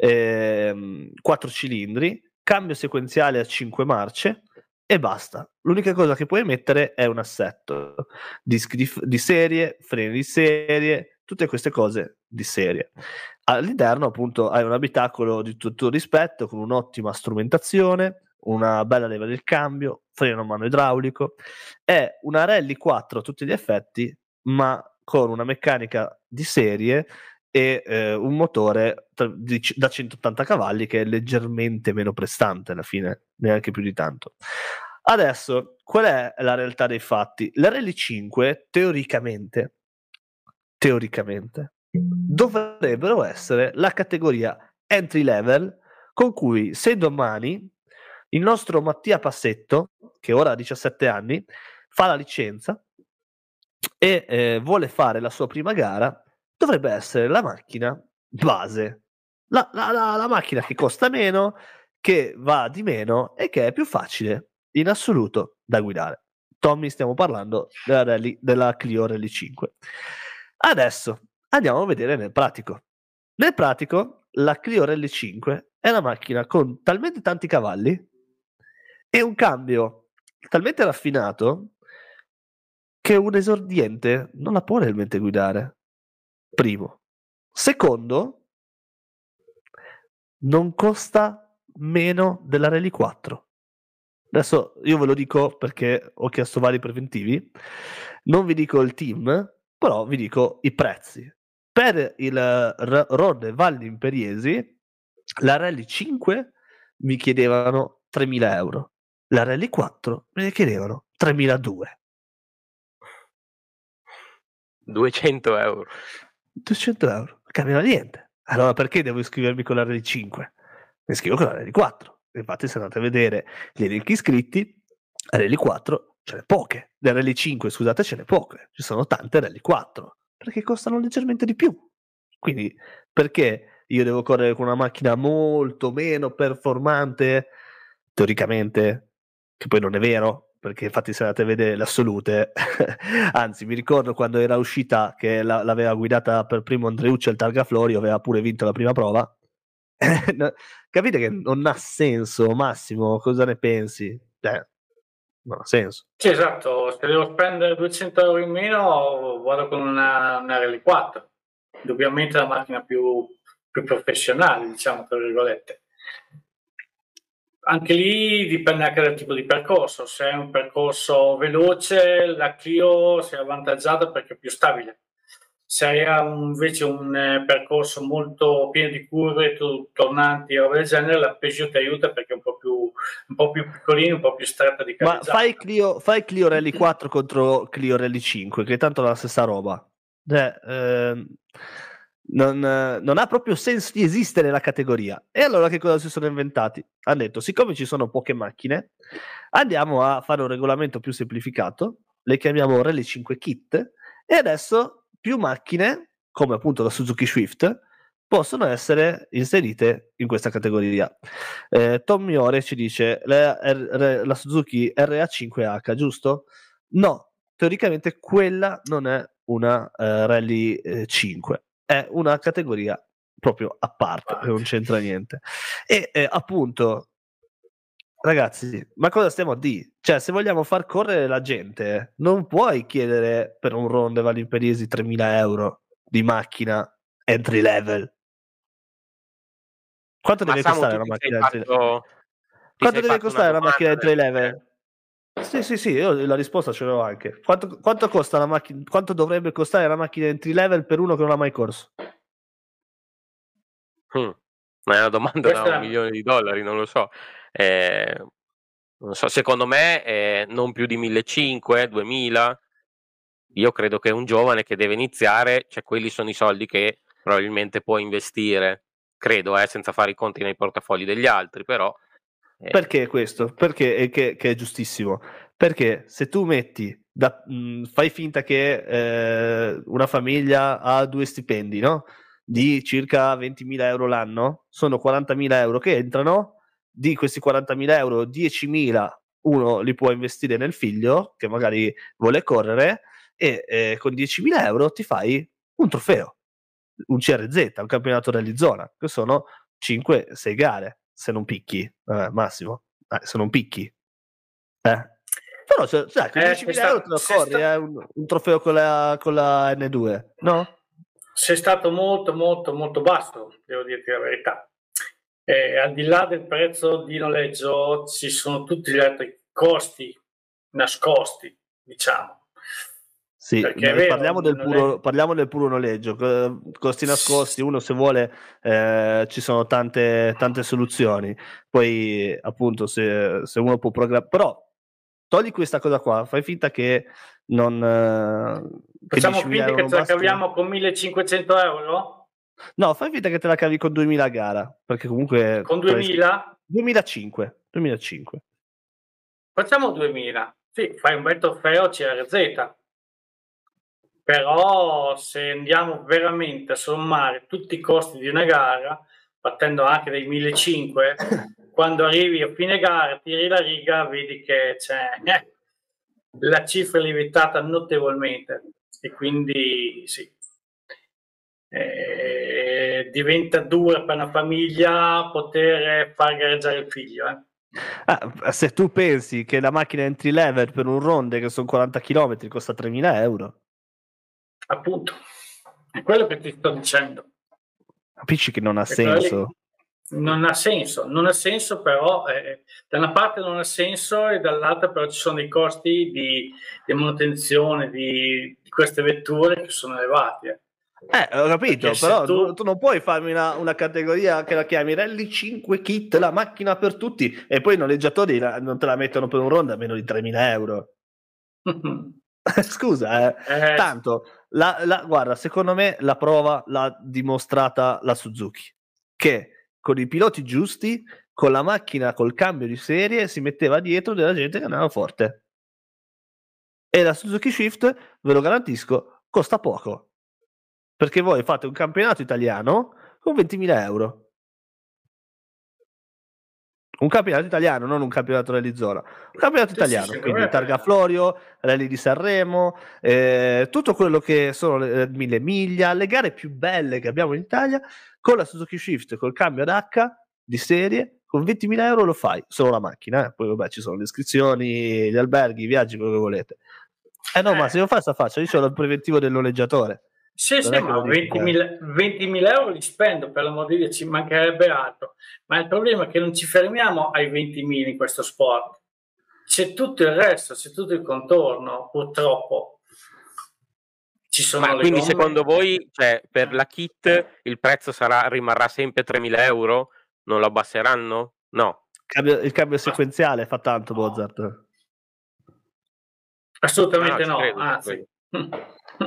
4 cilindri, cambio sequenziale a 5 marce e basta. L'unica cosa che puoi mettere è un assetto, dischi di serie, freni di serie, tutte queste cose di serie. All'interno appunto hai un abitacolo di tutto rispetto con un'ottima strumentazione, una bella leva del cambio, freno a mano idraulico. È una Rally 4 a tutti gli effetti, ma con una meccanica di serie e un motore da 180 cavalli che è leggermente meno prestante alla fine, neanche più di tanto. Adesso, qual è la realtà dei fatti? La Rally 5 teoricamente dovrebbero essere la categoria entry level con cui se domani il nostro Mattia Passetto, che ora ha 17 anni, fa la licenza e vuole fare la sua prima gara, dovrebbe essere la macchina base, la macchina che costa meno, che va di meno e che è più facile in assoluto da guidare. Tommy, stiamo parlando della Clio Rally 5. Adesso andiamo a vedere nel pratico. Nel pratico, la Clio Rally 5 è una macchina con talmente tanti cavalli e un cambio talmente raffinato che un esordiente non la può realmente guidare. Primo. Secondo, non costa meno della Rally 4. Adesso io ve lo dico perché ho chiesto vari preventivi. Non vi dico il team, però vi dico i prezzi. Per il Rode Valli Imperiesi, la Rally 5 mi chiedevano 3.000 euro. La Rally 4 me ne chiedevano 3.200. 200 euro. 200 euro, non cambia niente. Allora perché devo iscrivermi con la Rally 5? Mi iscrivo con la Rally 4. Infatti se andate a vedere gli elenchi iscritti, a Rally 4 ce n'è poche. Le Rally 5, scusate, ce n'è poche. Ci sono tante Rally 4, perché costano leggermente di più. Quindi perché io devo correre con una macchina molto meno performante, teoricamente, che poi non è vero, perché infatti se andate a vedere le assolute, anzi mi ricordo quando era uscita che l'aveva guidata per primo Andreucci al Targa Florio, aveva pure vinto la prima prova. Capite che non ha senso, Massimo, cosa ne pensi? Non ha senso. Sì, esatto, se devo spendere 200 euro in meno vado con una Rally 4, indubbiamente la macchina più professionale, diciamo, tra virgolette. Anche lì dipende anche dal tipo di percorso. Se è un percorso veloce, la Clio si è avvantaggiata perché è più stabile. Se hai invece un percorso molto pieno di curve, tornanti o roba del genere, la Peugeot ti aiuta perché è un po' più piccolino, un po' più stretta di Ma cavezzato. fai Clio Rally 4 contro Clio Rally 5, che tanto è la stessa roba. Non ha proprio senso di esistere la categoria. E allora che cosa si sono inventati? Hanno detto, siccome ci sono poche macchine, andiamo a fare un regolamento più semplificato, le chiamiamo Rally 5 Kit, e adesso più macchine, come appunto la Suzuki Swift, possono essere inserite in questa categoria. Tom Miore ci dice la Suzuki RA5H, giusto? No, teoricamente quella non è una Rally 5, è una categoria proprio a parte, non c'entra niente. E appunto, ragazzi, ma cosa stiamo a dire? Cioè, se vogliamo far correre la gente, non puoi chiedere per un Ronde Valimperiesi 3.000 euro di macchina entry level. Quanto deve costare una macchina entry level? Quanto deve costare una macchina entry level? Sì, io la risposta ce l'ho anche. Quanto costa la macchina? Quanto dovrebbe costare la macchina entry level per uno che non ha mai corso? Ma è una domanda da $1 milione, non lo so. Non so, secondo me non più di 1.500, 2.000. Io credo che un giovane che deve iniziare, cioè quelli sono i soldi che probabilmente può investire, credo, senza fare i conti nei portafogli degli altri, però. Perché questo? Perché che è giustissimo? Perché se tu metti, fai finta che una famiglia ha 2 stipendi, no? Di circa 20.000 euro l'anno, sono 40.000 euro che entrano, di questi 40.000 euro 10.000 uno li può investire nel figlio che magari vuole correre e con 10.000 euro ti fai un trofeo, un CRZ, un campionato rally zona, che sono 5-6 gare, se non picchi, massimo, se non picchi. Però sai, con 10.000 euro te lo corri, un trofeo con la N2, no? Sei stato molto molto molto basso, devo dirti la verità. Al di là del prezzo di noleggio ci sono tutti gli altri costi nascosti, diciamo. Sì, parliamo del puro noleggio, costi nascosti, uno se vuole ci sono tante soluzioni, poi appunto se uno può programmare, però togli questa cosa qua, fai finta che non facciamo finta che ce la caviamo con 1.500 euro? No, fai finta che te la cavi con 2.000 a gara, perché comunque con 2.000? 2005. Facciamo 2.000, sì, fai un bel trofeo CRZ. Però se andiamo veramente a sommare tutti i costi di una gara, partendo anche dai 1.500, quando arrivi a fine gara, tiri la riga, vedi che c'è la cifra è lievitata notevolmente e quindi sì, diventa dura per una famiglia poter far gareggiare il figlio. Se tu pensi che la macchina entry level per un ronde che sono 40 km costa 3.000 euro, appunto, è quello che ti sto dicendo. Capisci che non ha senso? Non ha senso, però da una parte non ha senso e dall'altra però ci sono dei costi di manutenzione di queste vetture che sono elevati. Ho capito, però tu non puoi farmi una categoria che la chiami Rally 5 Kit, la macchina per tutti, e poi i noleggiatori non te la mettono per un rondo a meno di 3.000 euro. Scusa, tanto guarda, secondo me la prova l'ha dimostrata la Suzuki, che con i piloti giusti, con la macchina col cambio di serie, si metteva dietro della gente che andava forte. E la Suzuki Swift, ve lo garantisco, costa poco, perché voi fate un campionato italiano con 20.000 euro. Un campionato italiano, non un campionato rally zona, un campionato italiano, quindi Targa Florio, Rally di Sanremo, tutto quello che sono le 1.000 miglia, le gare più belle che abbiamo in Italia, con la Suzuki Swift, col cambio ad H di serie, con 20.000 euro lo fai, solo la macchina, poi vabbè ci sono le iscrizioni, gli alberghi, i viaggi, quello che volete. No, ma se io faccio io ho il preventivo del noleggiatore. Sì, ma 20.000 euro li spendo, per l'amor di Dio, ci mancherebbe altro. Ma il problema è che non ci fermiamo ai 20.000 in questo sport. C'è tutto il resto, c'è tutto il contorno, purtroppo. ci sono Ma le quindi gomme. secondo voi, cioè, per la kit il prezzo rimarrà sempre 3.000 euro? Non lo abbasseranno? No. Il cambio sequenziale fa tanto, Mozart. Assolutamente ci no, credo, ci anzi. credo.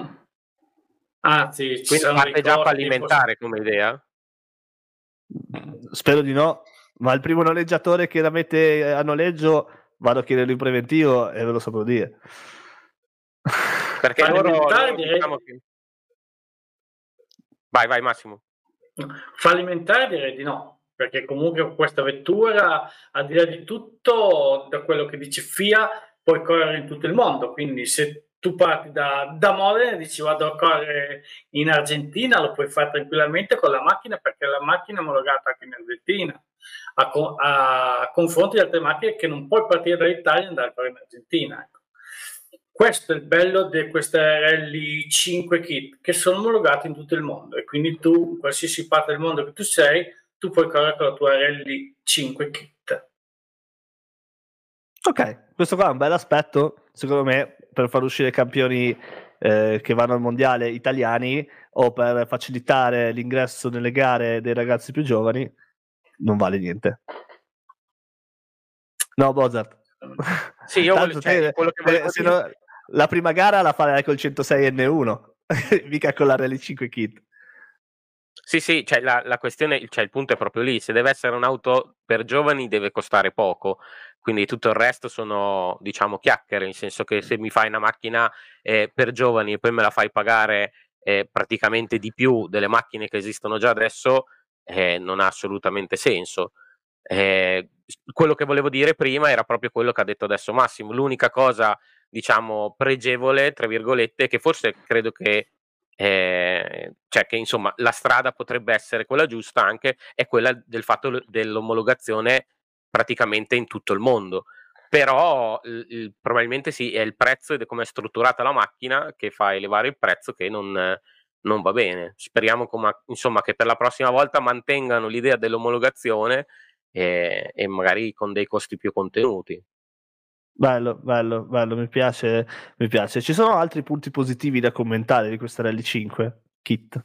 Anzi, ci Quindi saranno dei parte già costi, fallimentare come idea? Spero di no, ma il primo noleggiatore che la mette a noleggio vado a chiederlo in preventivo e ve lo saprò dire. Perché loro fallimentare diciamo che... Vai Massimo. fallimentare direi di no, perché comunque questa vettura, al di là di tutto, da quello che dice FIA, puoi correre in tutto il mondo, quindi se tu parti da Modena e dici vado a correre in Argentina, lo puoi fare tranquillamente con la macchina, perché la macchina è omologata anche in Argentina, a confronto di altre macchine che non puoi partire dall'Italia e andare a correre in Argentina. Ecco. Questo è il bello di queste Rally 5 kit, che sono omologate in tutto il mondo, e quindi tu, in qualsiasi parte del mondo che tu sei, tu puoi correre con la tua Rally 5 kit. Ok, questo qua è un bel aspetto, secondo me, per far uscire campioni che vanno al mondiale italiani o per facilitare l'ingresso nelle gare dei ragazzi più giovani, non vale niente. No, Mozart. Sì, io Tanto quello che volevo dire... la prima gara la farai col 106N1, mica con la Rally 5 kit. Sì, cioè la questione, cioè il punto è proprio lì, se deve essere un'auto per giovani deve costare poco, quindi tutto il resto sono, diciamo, chiacchiere, nel senso che se mi fai una macchina per giovani e poi me la fai pagare praticamente di più delle macchine che esistono già adesso, non ha assolutamente senso. Quello che volevo dire prima era proprio quello che ha detto adesso Massimo, l'unica cosa, diciamo, pregevole, tra virgolette, che forse credo che cioè che insomma la strada potrebbe essere quella giusta, anche è quella del fatto dell'omologazione praticamente in tutto il mondo, però probabilmente sì, è il prezzo ed è come è strutturata la macchina che fa elevare il prezzo che non va bene. Speriamo insomma che per la prossima volta mantengano l'idea dell'omologazione e magari con dei costi più contenuti. Bello, mi piace. Ci sono altri punti positivi da commentare di questa Rally 5 kit?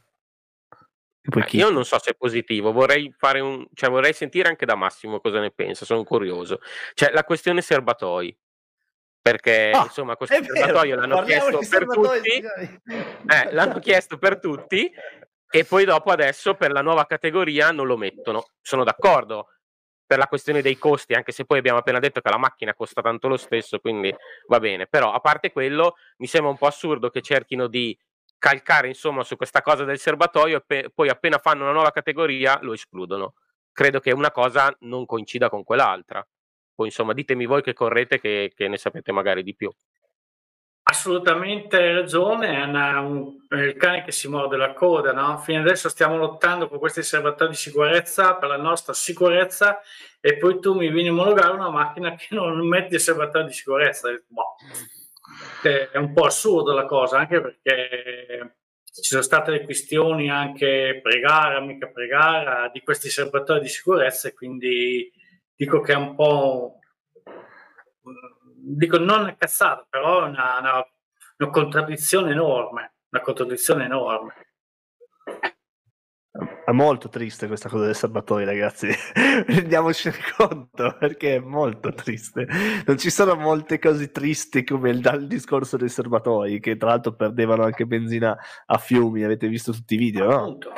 Io non so se è positivo, vorrei vorrei sentire anche da Massimo cosa ne pensa, sono curioso. Cioè, la questione serbatoi, perché insomma questo serbatoio l'hanno chiesto per tutti, l'hanno chiesto per tutti e poi dopo adesso per la nuova categoria non lo mettono. Sono d'accordo per la questione dei costi, anche se poi abbiamo appena detto che la macchina costa tanto lo stesso, quindi va bene. Però a parte quello, mi sembra un po' assurdo che cerchino di calcare insomma su questa cosa del serbatoio e poi appena fanno una nuova categoria lo escludono. Credo che una cosa non coincida con quell'altra. Poi insomma ditemi voi che correte che ne sapete magari di più. Assolutamente ragione, è il cane che si morde la coda, no? Fino adesso stiamo lottando con questi serbatoi di sicurezza per la nostra sicurezza e poi tu mi vieni a omologare una macchina che non mette il serbatoio di sicurezza. Boh. È un po' assurdo la cosa, anche perché ci sono state le questioni anche pre-gara, mica pre-gara, di questi serbatoi di sicurezza, e quindi dico che è un po'... dico non una cazzata, però è una contraddizione enorme, È molto triste questa cosa del serbatoio, ragazzi. Rendiamoci conto, perché è molto triste. Non ci sono molte cose tristi come il discorso dei serbatoi, che tra l'altro perdevano anche benzina a fiumi. Avete visto tutti i video, no? Appunto.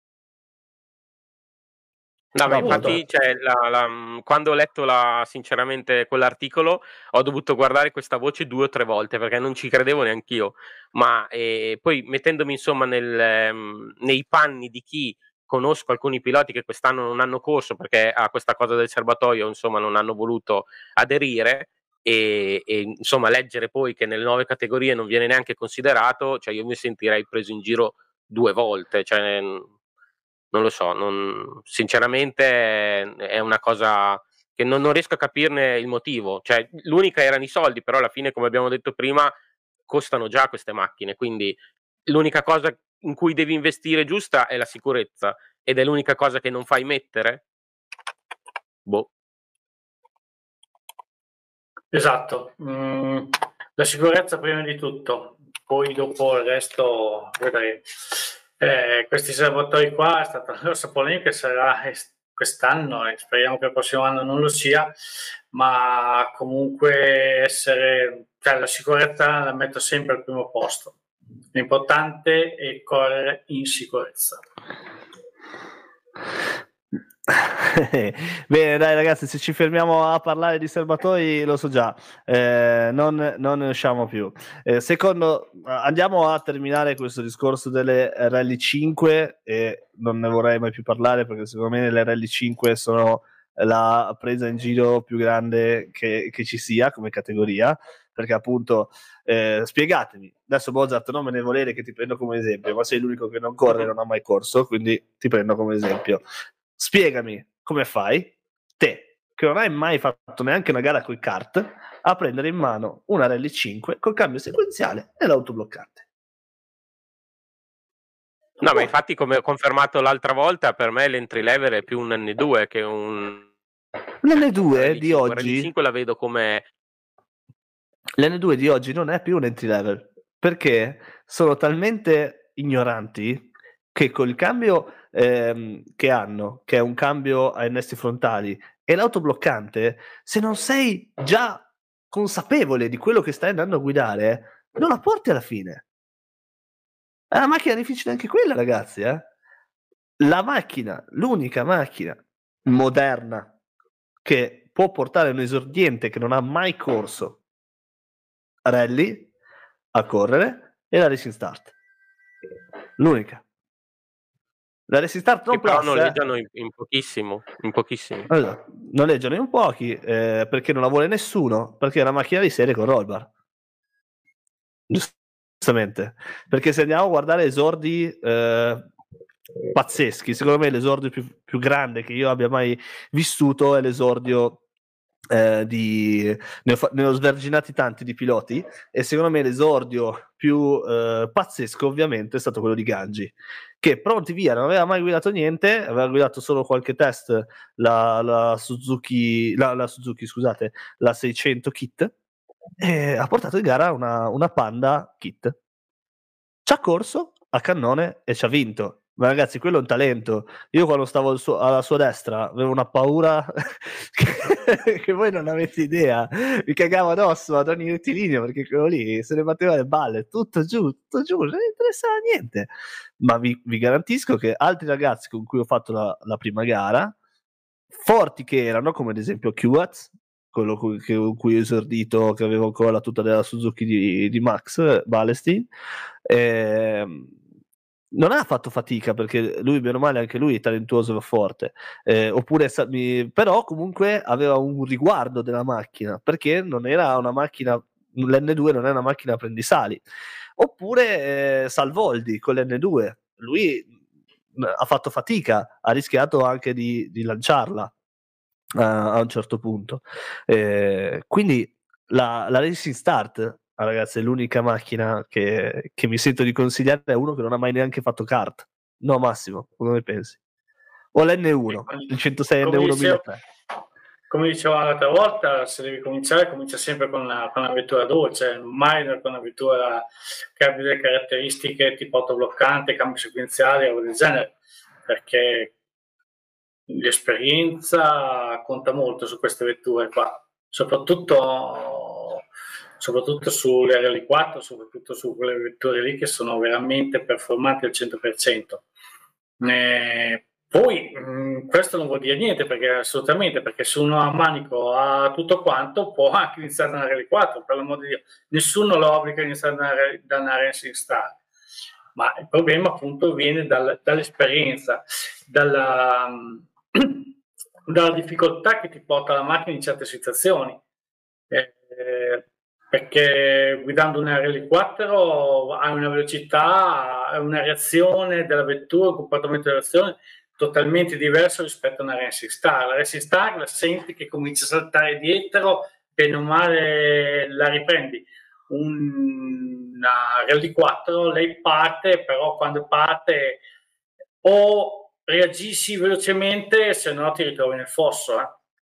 No, ma infatti quando ho letto sinceramente quell'articolo ho dovuto guardare questa voce 2 o 3 volte perché non ci credevo neanch'io, ma poi mettendomi insomma nei panni di chi conosco alcuni piloti che quest'anno non hanno corso perché a questa cosa del serbatoio insomma non hanno voluto aderire e insomma leggere poi che nelle nuove categorie non viene neanche considerato, cioè io mi sentirei preso in giro 2 volte, cioè non lo so, sinceramente è una cosa che non riesco a capirne il motivo, cioè l'unica erano i soldi, però alla fine come abbiamo detto prima costano già queste macchine, quindi l'unica cosa in cui devi investire giusta è la sicurezza ed è l'unica cosa che non fai mettere? Boh. Esatto, la sicurezza prima di tutto. poi dopo il resto vedremo. Questi serbatoi qua è stata una grossa polemica, sarà quest'anno e speriamo che il prossimo anno non lo sia, ma comunque la sicurezza la metto sempre al primo posto. L'importante è correre in sicurezza. Bene, dai ragazzi, se ci fermiamo a parlare di serbatoi lo so già, non ne usciamo più. Andiamo a terminare questo discorso delle Rally 5 e non ne vorrei mai più parlare perché secondo me le Rally 5 sono la presa in giro più grande che ci sia come categoria, perché appunto spiegatemi, adesso Mozart non me ne volere che ti prendo come esempio, ma sei l'unico che non corre e non ha mai corso, quindi ti prendo come esempio. Spiegami come fai, te, che non hai mai fatto neanche una gara coi kart, a prendere in mano una Rally 5 col cambio sequenziale e l'autobloccante. No, ma infatti, come ho confermato l'altra volta, per me l'entry level è più un N2 che un... L'N2 di oggi... Rally 5 la vedo come... L'N2 di oggi non è più un entry level, perché sono talmente ignoranti che col cambio che hanno, che è un cambio a innesti frontali, e l'autobloccante, se non sei già consapevole di quello che stai andando a guidare, non la porti alla fine. È una macchina difficile anche quella, ragazzi, eh? La macchina, l'unica macchina moderna che può portare un esordiente che non ha mai corso rally a correre è la Racing Start. L'unica. La Racing Start non però Plus, noleggiano in pochissimo. Allora, noleggiano in pochi perché non la vuole nessuno, perché è una macchina di serie con roll bar. Giustamente. Perché se andiamo a guardare esordi pazzeschi, secondo me l'esordio più grande che io abbia mai vissuto è l'esordio ne ho sverginati tanti di piloti e secondo me l'esordio più pazzesco ovviamente è stato quello di Gangi, che pronti via, non aveva mai guidato niente, aveva guidato solo qualche test la Suzuki, la Suzuki, scusate, la 600 Kit, e ha portato in gara una Panda Kit. Ci ha corso a cannone e ci ha vinto. Ma ragazzi, quello è un talento. Io quando stavo alla sua destra avevo una paura che voi non avete idea. Mi cagavo addosso ad ogni rettilineo perché quello lì se ne batteva le balle, tutto giù, non mi interessava niente. Ma vi garantisco che altri ragazzi con cui ho fatto la prima gara, forti che erano, come ad esempio Kuwatz, quello con cui ho esordito, che avevo ancora la tuta della Suzuki di Max Balestin, non ha fatto fatica perché lui, bene o male, anche lui è talentuoso e forte, però comunque aveva un riguardo della macchina, perché non era una macchina, l'N2 non è una macchina apprendisali. Oppure Salvoldi con l'N2, lui ha fatto fatica, ha rischiato anche di lanciarla a un certo punto, quindi la Racing Start, ragazzi, è l'unica macchina che mi sento di consigliare a uno che non ha mai neanche fatto kart. No, Massimo, come pensi? O l'N1, il 106 N1 1003. Come dicevo l'altra volta, se devi cominciare, comincia sempre con una vettura dolce, mai con una vettura che abbia delle caratteristiche tipo autobloccante, cambio sequenziale o del genere, perché l'esperienza conta molto su queste vetture qua, soprattutto sulle RL4, soprattutto su quelle vetture lì che sono veramente performanti al 100%. Poi questo non vuol dire niente, perché se uno ha manico a tutto quanto può anche iniziare da una RL4, per l'amor di Dio, nessuno lo obbliga a iniziare da una Racing Star, ma il problema appunto viene dall'esperienza, dalla difficoltà che ti porta la macchina in certe situazioni, perché guidando una RL4 hai una velocità, una reazione della vettura, un comportamento di reazione totalmente diverso rispetto a una Racing Star. La Racing Star la senti che comincia a saltare dietro, bene o male la riprendi. Una RL4 lei parte, però quando parte o reagisci velocemente, se no ti ritrovi nel fosso.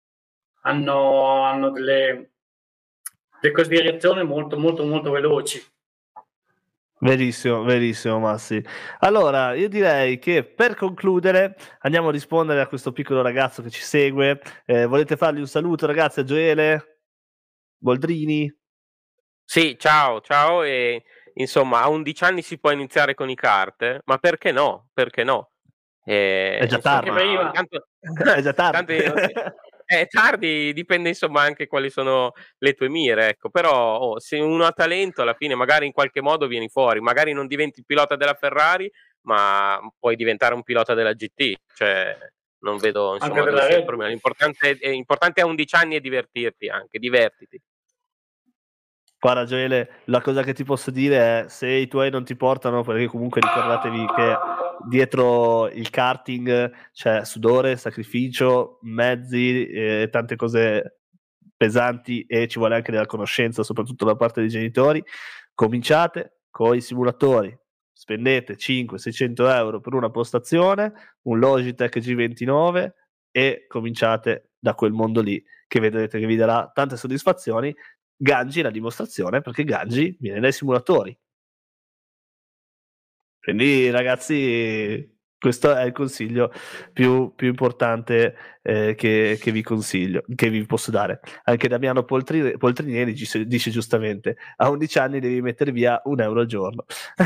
Hanno delle cose di reazione molto molto molto veloci. Verissimo, verissimo Massi. Allora, io direi che per concludere andiamo a rispondere a questo piccolo ragazzo che ci segue. Volete fargli un saluto, ragazzi, a Gioele Boldrini? Sì, ciao, ciao, e insomma, a 11 anni si può iniziare con i kart, ma perché no? Perché no? È già Anche tardi. Insomma, prima. intanto, È già tardi. è tardi, dipende insomma anche quali sono le tue mire, ecco, però se uno ha talento alla fine magari in qualche modo vieni fuori, magari non diventi il pilota della Ferrari, ma puoi diventare un pilota della GT, cioè non vedo Anche insomma dove della sia il Red problema. Bull. L'importante a 11 anni è divertirti anche, divertiti. Guarda Gioele, la cosa che ti posso dire è se i tuoi non ti portano, perché comunque ricordatevi che dietro il karting c'è sudore, sacrificio, mezzi, tante cose pesanti e ci vuole anche della conoscenza, soprattutto da parte dei genitori. Cominciate con i simulatori, spendete 500-600 euro per una postazione, un Logitech G29 e cominciate da quel mondo lì che vedrete che vi darà tante soddisfazioni. Gangi è la dimostrazione perché Gangi viene dai simulatori. Quindi ragazzi, questo è il consiglio più importante che vi consiglio, che vi posso dare. Anche Damiano Poltrinieri dice giustamente, a 11 anni devi mettere via €1 al giorno.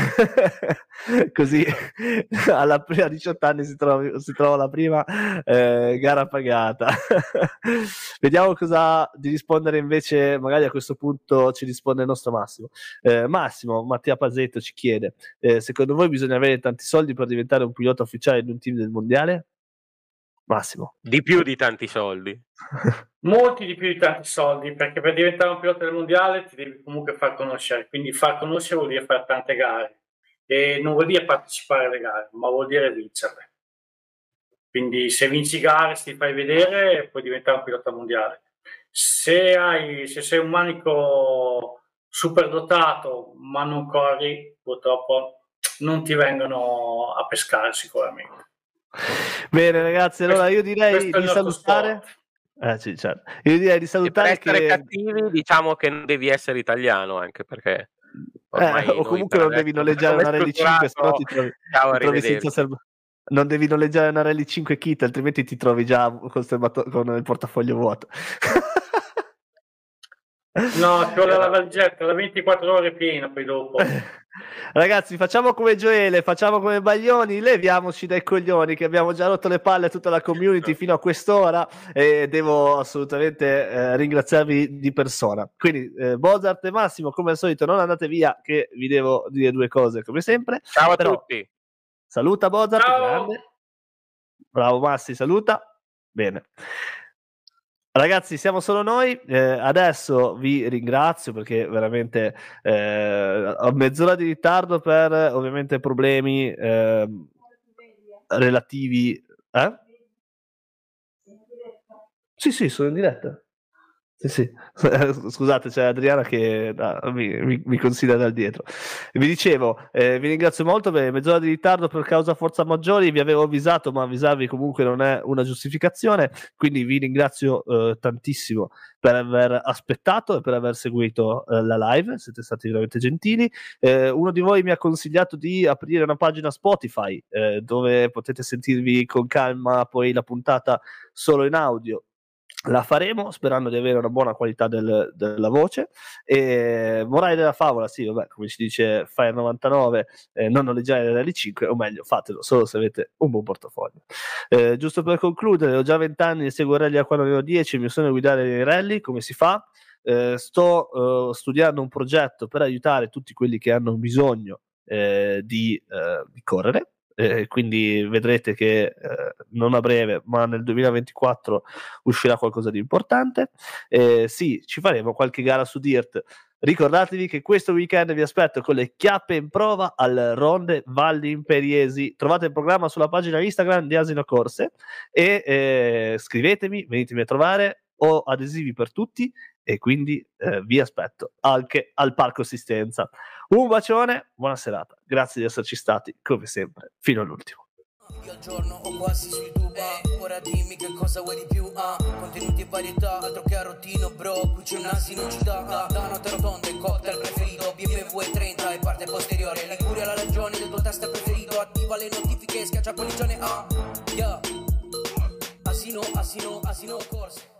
Così alla prima 18 anni si trova la prima gara pagata. Vediamo cosa di rispondere invece, magari a questo punto ci risponde il nostro Massimo. Massimo, Mattia Pasetto ci chiede, secondo voi bisogna avere tanti soldi per diventare un pilota ufficiale di un team del mondiale? Massimo. Di più di tanti soldi. Molti di più di tanti soldi, perché per diventare un pilota del mondiale ti devi comunque far conoscere, quindi far conoscere vuol dire fare tante gare e non vuol dire partecipare alle gare, ma vuol dire vincerle. Quindi se vinci gare, se ti fai vedere, puoi diventare un pilota mondiale. Se sei un manico super dotato ma non corri, purtroppo non ti vengono a pescare sicuramente. Bene ragazzi, allora io direi Questo è di il nostro salutare. sport. Certo. Io direi di E per salutare essere che cattivi diciamo che non devi essere italiano, anche perché ormai o noi comunque per non devi adesso, per noleggiare come è una Rally 5, se no strutturato, ciao, ti trovi senza arrivederci. non devi noleggiare una Rally 5 kit, altrimenti ti trovi già con il portafoglio vuoto. No, ci vuole la valigetta, la 24 ore piena poi dopo. Ragazzi, facciamo come Gioele, facciamo come Baglioni, leviamoci dai coglioni che abbiamo già rotto le palle a tutta la community fino a quest'ora e devo assolutamente ringraziarvi di persona. Quindi Bozart e Massimo, come al solito, non andate via che vi devo dire due cose come sempre. Ciao a Però, tutti. saluta Bozart, Ciao! grande. Bravo Massi, saluta. Bene. Ragazzi, siamo solo noi. Adesso vi ringrazio perché veramente ho mezz'ora di ritardo per ovviamente problemi relativi. Sì, sono in diretta. Sì. Scusate, c'è Adriana che mi consiglia dal dietro. Vi dicevo, vi ringrazio molto per mezz'ora di ritardo per causa forza maggiori, vi avevo avvisato, ma avvisarvi comunque non è una giustificazione, quindi vi ringrazio tantissimo per aver aspettato e per aver seguito la live, siete stati veramente gentili. Uno di voi mi ha consigliato di aprire una pagina Spotify dove potete sentirvi con calma poi la puntata solo in audio. La faremo sperando di avere una buona qualità della voce. E morale della favola, sì, vabbè, come ci dice Fire 99, non noleggiare le Rally 5, o meglio, fatelo solo se avete un buon portafoglio. Giusto per concludere, ho già 20 anni e seguo rally a quando ne ho 10, mi sono a guidare i rally, come si fa? Sto studiando un progetto per aiutare tutti quelli che hanno bisogno di correre. Quindi vedrete che non a breve, ma nel 2024 uscirà qualcosa di importante. Sì, ci faremo qualche gara su Dirt. Ricordatevi che questo weekend vi aspetto con le chiappe in prova al Ronde Valli Imperiesi. Trovate il programma sulla pagina Instagram di Asino Corse e scrivetemi, venitemi a trovare, ho adesivi per tutti e quindi vi aspetto anche al Parco Assistenza. Un bacione, buona serata, grazie di esserci stati come sempre fino all'ultimo. Al giorno o quasi su YouTube, ora dimmi che cosa vuoi di più, contenuti e varietà, altro che arrotino bro, qui c'è un asino ci dà, da note rotonde, cocktail preferito, BMW 30 e parte posteriore, Liguria la regione del tuo test preferito, attiva le notifiche, schiaccia pollicione, yeah. Asino, corse.